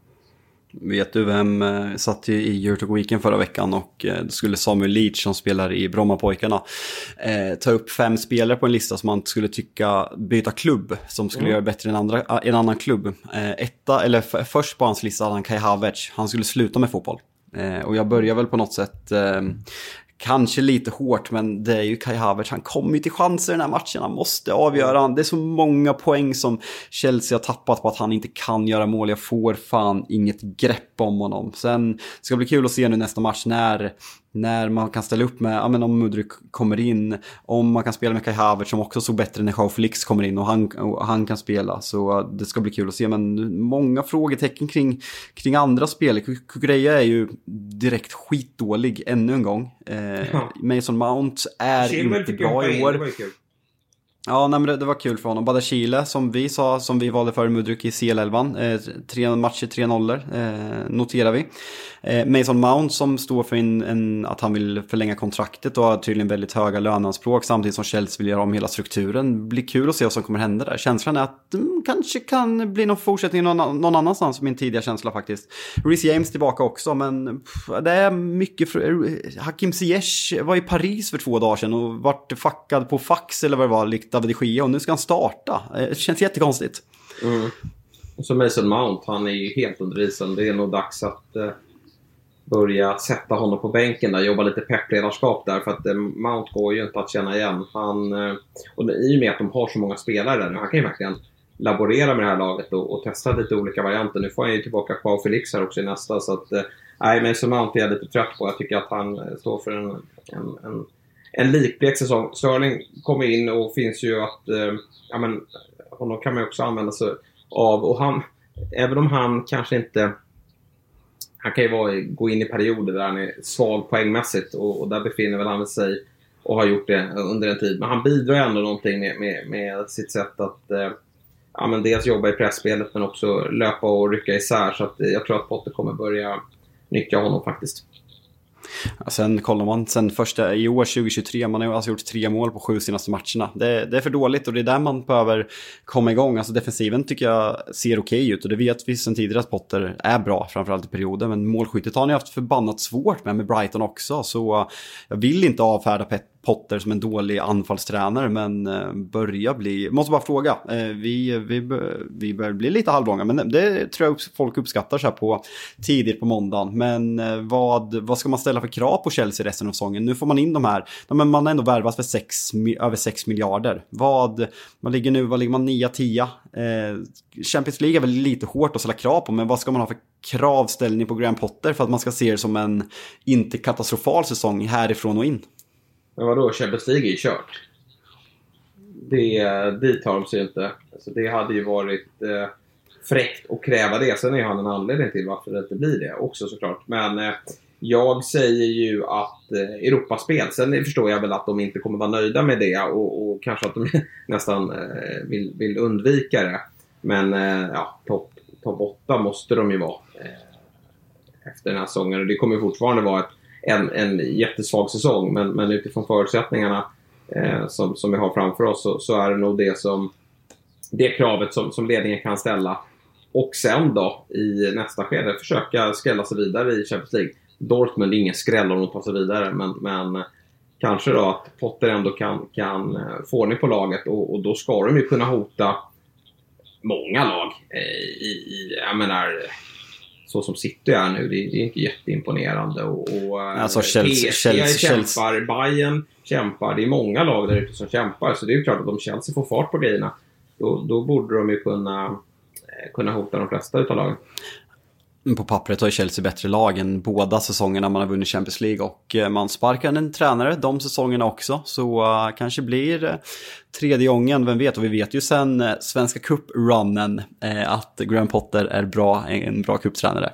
Vet du vem satt ju i Eurotalk Weekend förra veckan och skulle Samuel Leach som spelar i Brommapojkarna ta upp 5 spelare på en lista som man skulle tycka byta klubb, som skulle göra bättre än en annan klubb. Först på hans lista hade han Kai Havertz. Han skulle sluta med fotboll. Och jag börjar väl på något sätt kanske lite hårt, men det är ju Kai Havertz. Han kommer ju till chanser i den här matchen. Han måste avgöra. Det är så många poäng som Chelsea har tappat på att han inte kan göra mål. Jag får fan inget grepp om honom. Sen ska det bli kul att se nu nästa match när man kan ställa upp med, om Mudryk kommer in, om man kan spela med Kai Havertz som också såg bättre när Joao Felix kommer in och han kan spela, så det ska bli kul att se. Men många frågetecken kring andra spel. Kukureya är ju direkt skitdålig ännu en gång. Mason Mount är inte bra i år. Ja, nej, men det var kul för honom. Badashile, som vi valde för Mudryk i CL11. 3 matcher, 3-0, noterar vi. Mason Mount som står för att han vill förlänga kontraktet och har tydligen väldigt höga löneanspråk, samtidigt som Chelsea vill göra om hela strukturen. Blir kul att se vad som kommer hända där. Känslan är att kanske kan bli någon fortsättning någon annanstans, min tidiga känsla faktiskt. Reece James tillbaka också, men det är mycket. Hakim Ziyech var i Paris för 2 dagar sedan och vart fackad på fax eller vad det var, likt David de Gea, och nu ska han starta. Det känns jättekonstigt. Och så Mason Mount, han är ju helt under isen. Det är nog dags att börja sätta honom på bänken där, jobba lite peppledarskap där, för att Mount går ju inte att känna igen. Och i och med att de har så många spelare där nu, han kan ju verkligen laborera med det här laget och testa lite olika varianter. Nu får han ju tillbaka Joao Felix här också i nästa, så att Mason Mount är jag lite trött på. Jag tycker att han står för en likblek säsong. Sterling kommer in och finns ju att honom kan man ju också använda sig av, och han, även om han kanske inte, han kan ju gå in i perioder där han är svag poängmässigt, och där befinner väl han sig och har gjort det under en tid, men han bidrar ändå någonting med sitt sätt att dels jobba i pressspelet men också löpa och rycka isär, så att jag tror att Potter kommer börja nyttja honom faktiskt. Sen kollar man första i år 2023, man har alltså gjort 3 mål på 7 senaste matcherna. Det är för dåligt, och det är där man behöver komma igång. Alltså defensiven tycker jag ser okej ut, och det vet vi sen tidigare att Potter är bra, framförallt i perioder. Men målskyttet har ni haft förbannat svårt med Brighton också, så jag vill inte avfärda Potter som en dålig anfallstränare, men måste bara fråga, vi börjar bli lite halvlånga, men det tror jag folk uppskattar så här på tidigt på måndagen. Men vad ska man ställa för krav på Chelsea resten av säsongen? Nu får man in de här, men man har ändå värvat för över 6 miljarder. Vad ligger nu? Vad ligger man 9-10? Champions League är väl lite hårt att ställa krav på, men vad ska man ha för kravställning på Graham Potter för att man ska se det som en inte katastrofal säsong härifrån och in? Men vadå, Champions League är ju kört. dit har de sig inte. Alltså, det hade ju varit fräckt att kräva det. Sen är han en anledning till varför det inte blir det också såklart. Men jag säger ju att Europaspel, sen förstår jag väl att de inte kommer vara nöjda med det och kanske att de nästan vill undvika det. Men topp 8 måste de ju vara efter den här säsongen. Och det kommer fortfarande vara en jättesvag säsong, men utifrån förutsättningarna som vi har framför oss så är det nog det kravet som ledningen kan ställa. Och sen då i nästa skede försöka skrälla sig vidare i Champions League. Dortmund är ingen skräll om de tar sig vidare, men kanske då att Potter ändå kan få ordning på laget och då ska de ju kunna hota många lag jag menar, så som City är nu, det är inte jätteimponerande och alltså Chelsea kämpar, Bayern kämpar, det är många lag där ute som kämpar, så det är ju klart att om Chelsea får fart på grejerna då borde de ju kunna hota de flesta utav lagen. På pappret har Chelsea bättre lag än båda säsongerna man har vunnit Champions League, och man sparkar en tränare de säsongerna också, så kanske blir tredje gången, vem vet. Och vi vet ju sen Svenska Cup-runnen att Graham Potter är en bra cuptränare.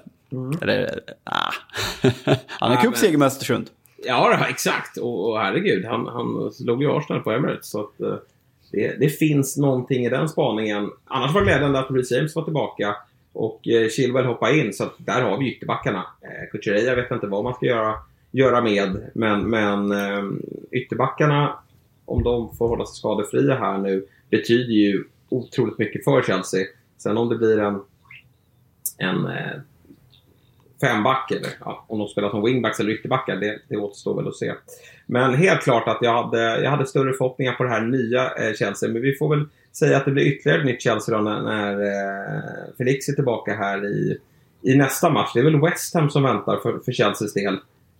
Han är cupseger med Östersund. Ja, exakt, och herregud, han slog ju Arsenal på Emirates, så att det finns någonting i den spaningen. Annars var det glädjande att Reece James var tillbaka och Chilwell hoppa in, så att där har vi ytterbackarna. Kuchereya, jag vet inte vad man ska göra med, men ytterbackarna, om de får hålla sig skadefria här nu, betyder ju otroligt mycket för Chelsea. Sen om det blir en femback eller om de spelar som wingbacks eller ytterbackar, det återstår väl att se. Men helt klart att jag hade större förhoppningar på det här nya Chelsea, men vi får väl säga att det blir ytterligare ett nytt Chelsea då när Felix är tillbaka här i nästa match. Det är väl West Ham som väntar för Chelseas del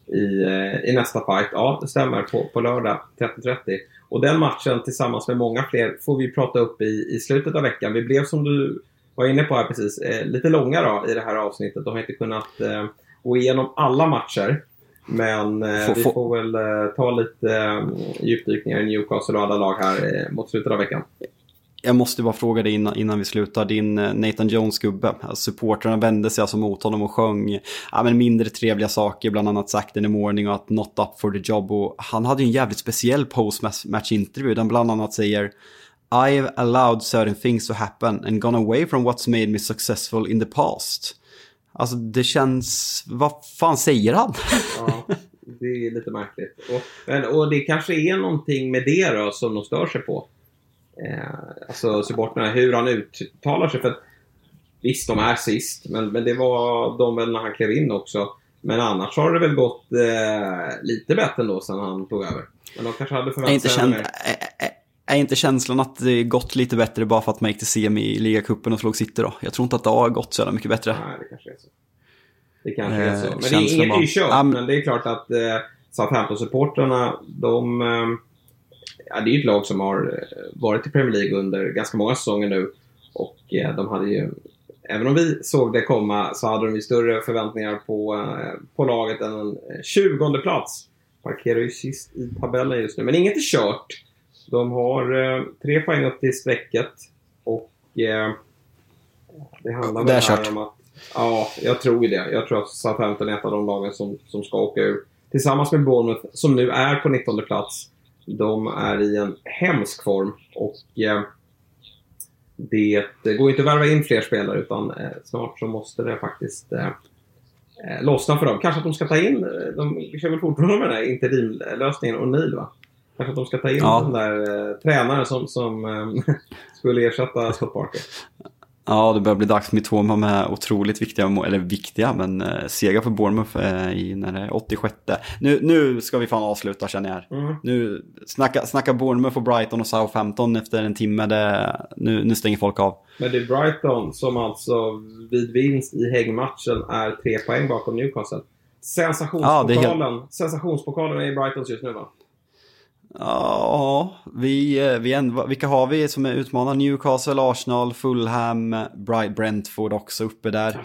i nästa fight. Ja, det stämmer, på lördag 13:30. Och den matchen tillsammans med många fler får vi prata upp i slutet av veckan. Vi blev, som du var inne på här precis, lite långa då i det här avsnittet och har inte kunnat gå igenom alla matcher. Men vi får väl ta lite djupdykningar i Newcastle och alla lag här mot slutet av veckan. Jag måste bara fråga dig innan vi slutar. Din Nathan Jones-gubbe, supporterna vände sig alltså mot honom och sjöng mindre trevliga saker, bland annat Sacked in the morning och att not up for the job. Och han hade ju en jävligt speciell post-match-intervju där bland annat säger I've allowed certain things to happen and gone away from what's made me successful in the past. Alltså det känns... Vad fan säger han? Ja, det är lite märkligt. Och det kanske är någonting med det då som de stör sig på. Alltså supporterna, hur han uttalar sig. För att, visst, de är sist, men det var de väl när han klev in också. Men annars har det väl gått lite bättre ändå sen han tog över. Men de kanske hade förväntat sig mer. Är inte känslan att det gått lite bättre bara för att man gick till semi i ligacupen och slog City då? Jag tror inte att det har gått så mycket bättre. Nej, det kanske är så. Men det är inget kört. Men det är klart att Southampton-supporterna, det är ju ett lag som har varit i Premier League under ganska många säsonger nu. Och de hade ju, även om vi såg det komma, så hade de ju större förväntningar på laget än en 20:e plats. Parkerar ju sist i tabellen just nu. Men inget är kört. De har 3 poäng upp till strecket. Och det handlar väl här om att... Ja, jag tror det. Jag tror att Southampton är ett av de lagen som ska åka ur. Tillsammans med Bournemouth, som nu är på 19:e plats. De är i en hemsk form. Och det går inte att värva in fler spelare, utan snart så måste det faktiskt lossna för dem. Kanske att de ska ta in... De kör väl fortfarande med den här interimlösningen och Neil, va? Kanske att de ska ta in den där tränaren som skulle ersätta Scott Parker. Ja, det börjar bli dags med 2 med otroligt viktiga men seger för Bournemouth när det är 86. Nu ska vi fan avsluta, känner jag här. Nu snacka Bournemouth och Brighton och Southampton efter en timme. Nu stänger folk av. Men det är Brighton som alltså vid vinst i hängmatchen är 3 poäng bakom Newcastle. Sensationspokalen är i Brightons just nu, va? Ja, vilka har vi som är utmanare? Newcastle, Arsenal, Fulham, Brentford också uppe där.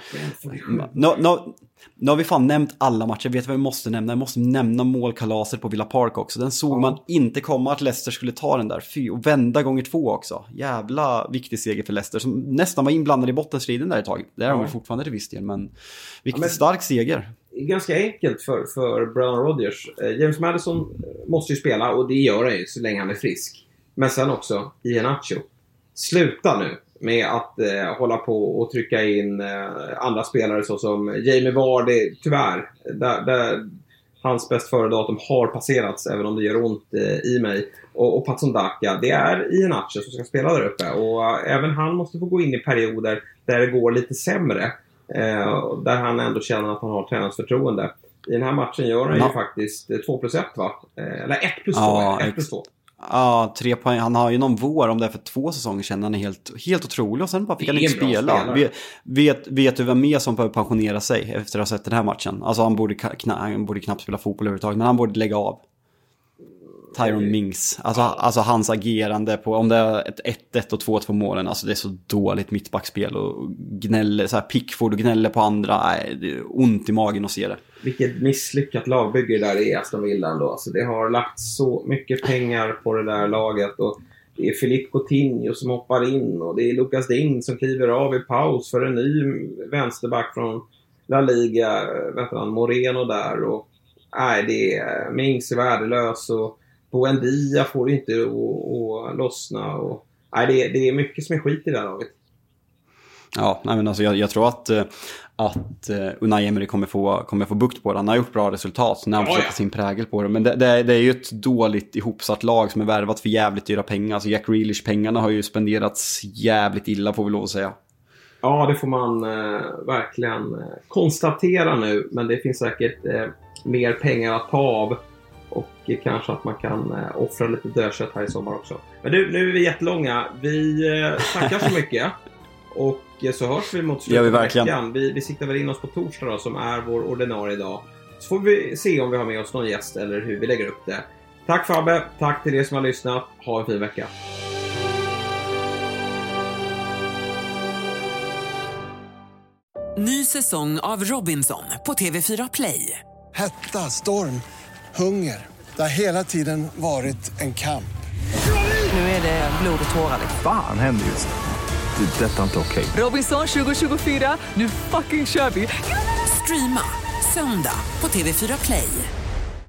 Nu har vi fan nämnt alla matcher. Vet vad vi måste nämna? Jag måste nämna målkalaset på Villa Park också. Den såg man inte komma att Leicester skulle ta den där. Och vända gånger 2 också. Jävla viktig seger för Leicester som nästan var inblandad i bottenstriden där ett tag. Det är de fortfarande till viss del, men stark seger. Ganska enkelt för Brendan Rodgers. James Maddison måste ju spela, och det gör han ju så länge han är frisk. Men sen också Iheanacho. Sluta nu med att hålla på och trycka in andra spelare så som Jamie Vardy, tyvärr. Där hans bäst före datum har passerats, även om det gör ont i mig. Och Patson Daka, det är Iheanacho som ska spela där uppe. Och även han måste få gå in i perioder där det går lite sämre. Där han ändå känner att han har tränarens förtroende. I den här matchen gör han ju faktiskt 2+1 va? Eller 1+2. Ja, 3 poäng. Han har ju någon vår om det är för 2 säsonger sedan. Han är helt otrolig, och sen bara fick han inte spela. Vet du vem mer som behöver pensionera sig efter att ha sett den här matchen? Alltså han borde knappt spela fotboll överhuvudtaget, men han borde lägga av. Tyrone Mings. Alltså hans agerande på, om det är ett 1-1 och 2-2 målen, alltså det är så dåligt mittbackspel, och gnäller så här, Pickford och gnäller på andra. Nej, det är ont i magen att se det. Vilket misslyckat lagbygge där i Aston Villa ändå. Alltså det har lagt så mycket pengar på det där laget, och det är Philippe Coutinho som hoppar in, och det är Lucas Digne som kliver av i paus för en ny vänsterback från La Liga, Moreno där, och nej, det är Mings är värdelös, och Buendia får inte att lossna, och nej, det är mycket som är skit i det här laget. Ja, nej, men alltså jag tror att Unai Emery kommer få bukt på det. Han har gjort bra resultat när han får sätta sin prägel på det. Men det är ju ett dåligt ihopsatt lag som är värvat för jävligt dyra pengar. Alltså Jack Grealish-pengarna har ju spenderats jävligt illa, får vi lov att säga. Ja, det får man verkligen konstatera nu. Men det finns säkert mer pengar att ta av. Och kanske att man kan offra lite dödkött här i sommar också. Men nu är vi jättelånga. Vi tackar så mycket. Och så hörs vi mot slutet av veckan. Vi siktar väl in oss på torsdag då, som är vår ordinarie dag. Så får vi se om vi har med oss någon gäst eller hur vi lägger upp det. Tack Fabbe, tack till er som har lyssnat. Ha en fin vecka. Ny säsong av Robinson på TV4 Play. Hetta, storm, hunger. Det har hela tiden varit en kamp. Nu är det blod och tårar. Fan händer just det. Det är detta inte okej. Robinson 2024, nu fucking kör vi. Streama söndag på TV4 Play.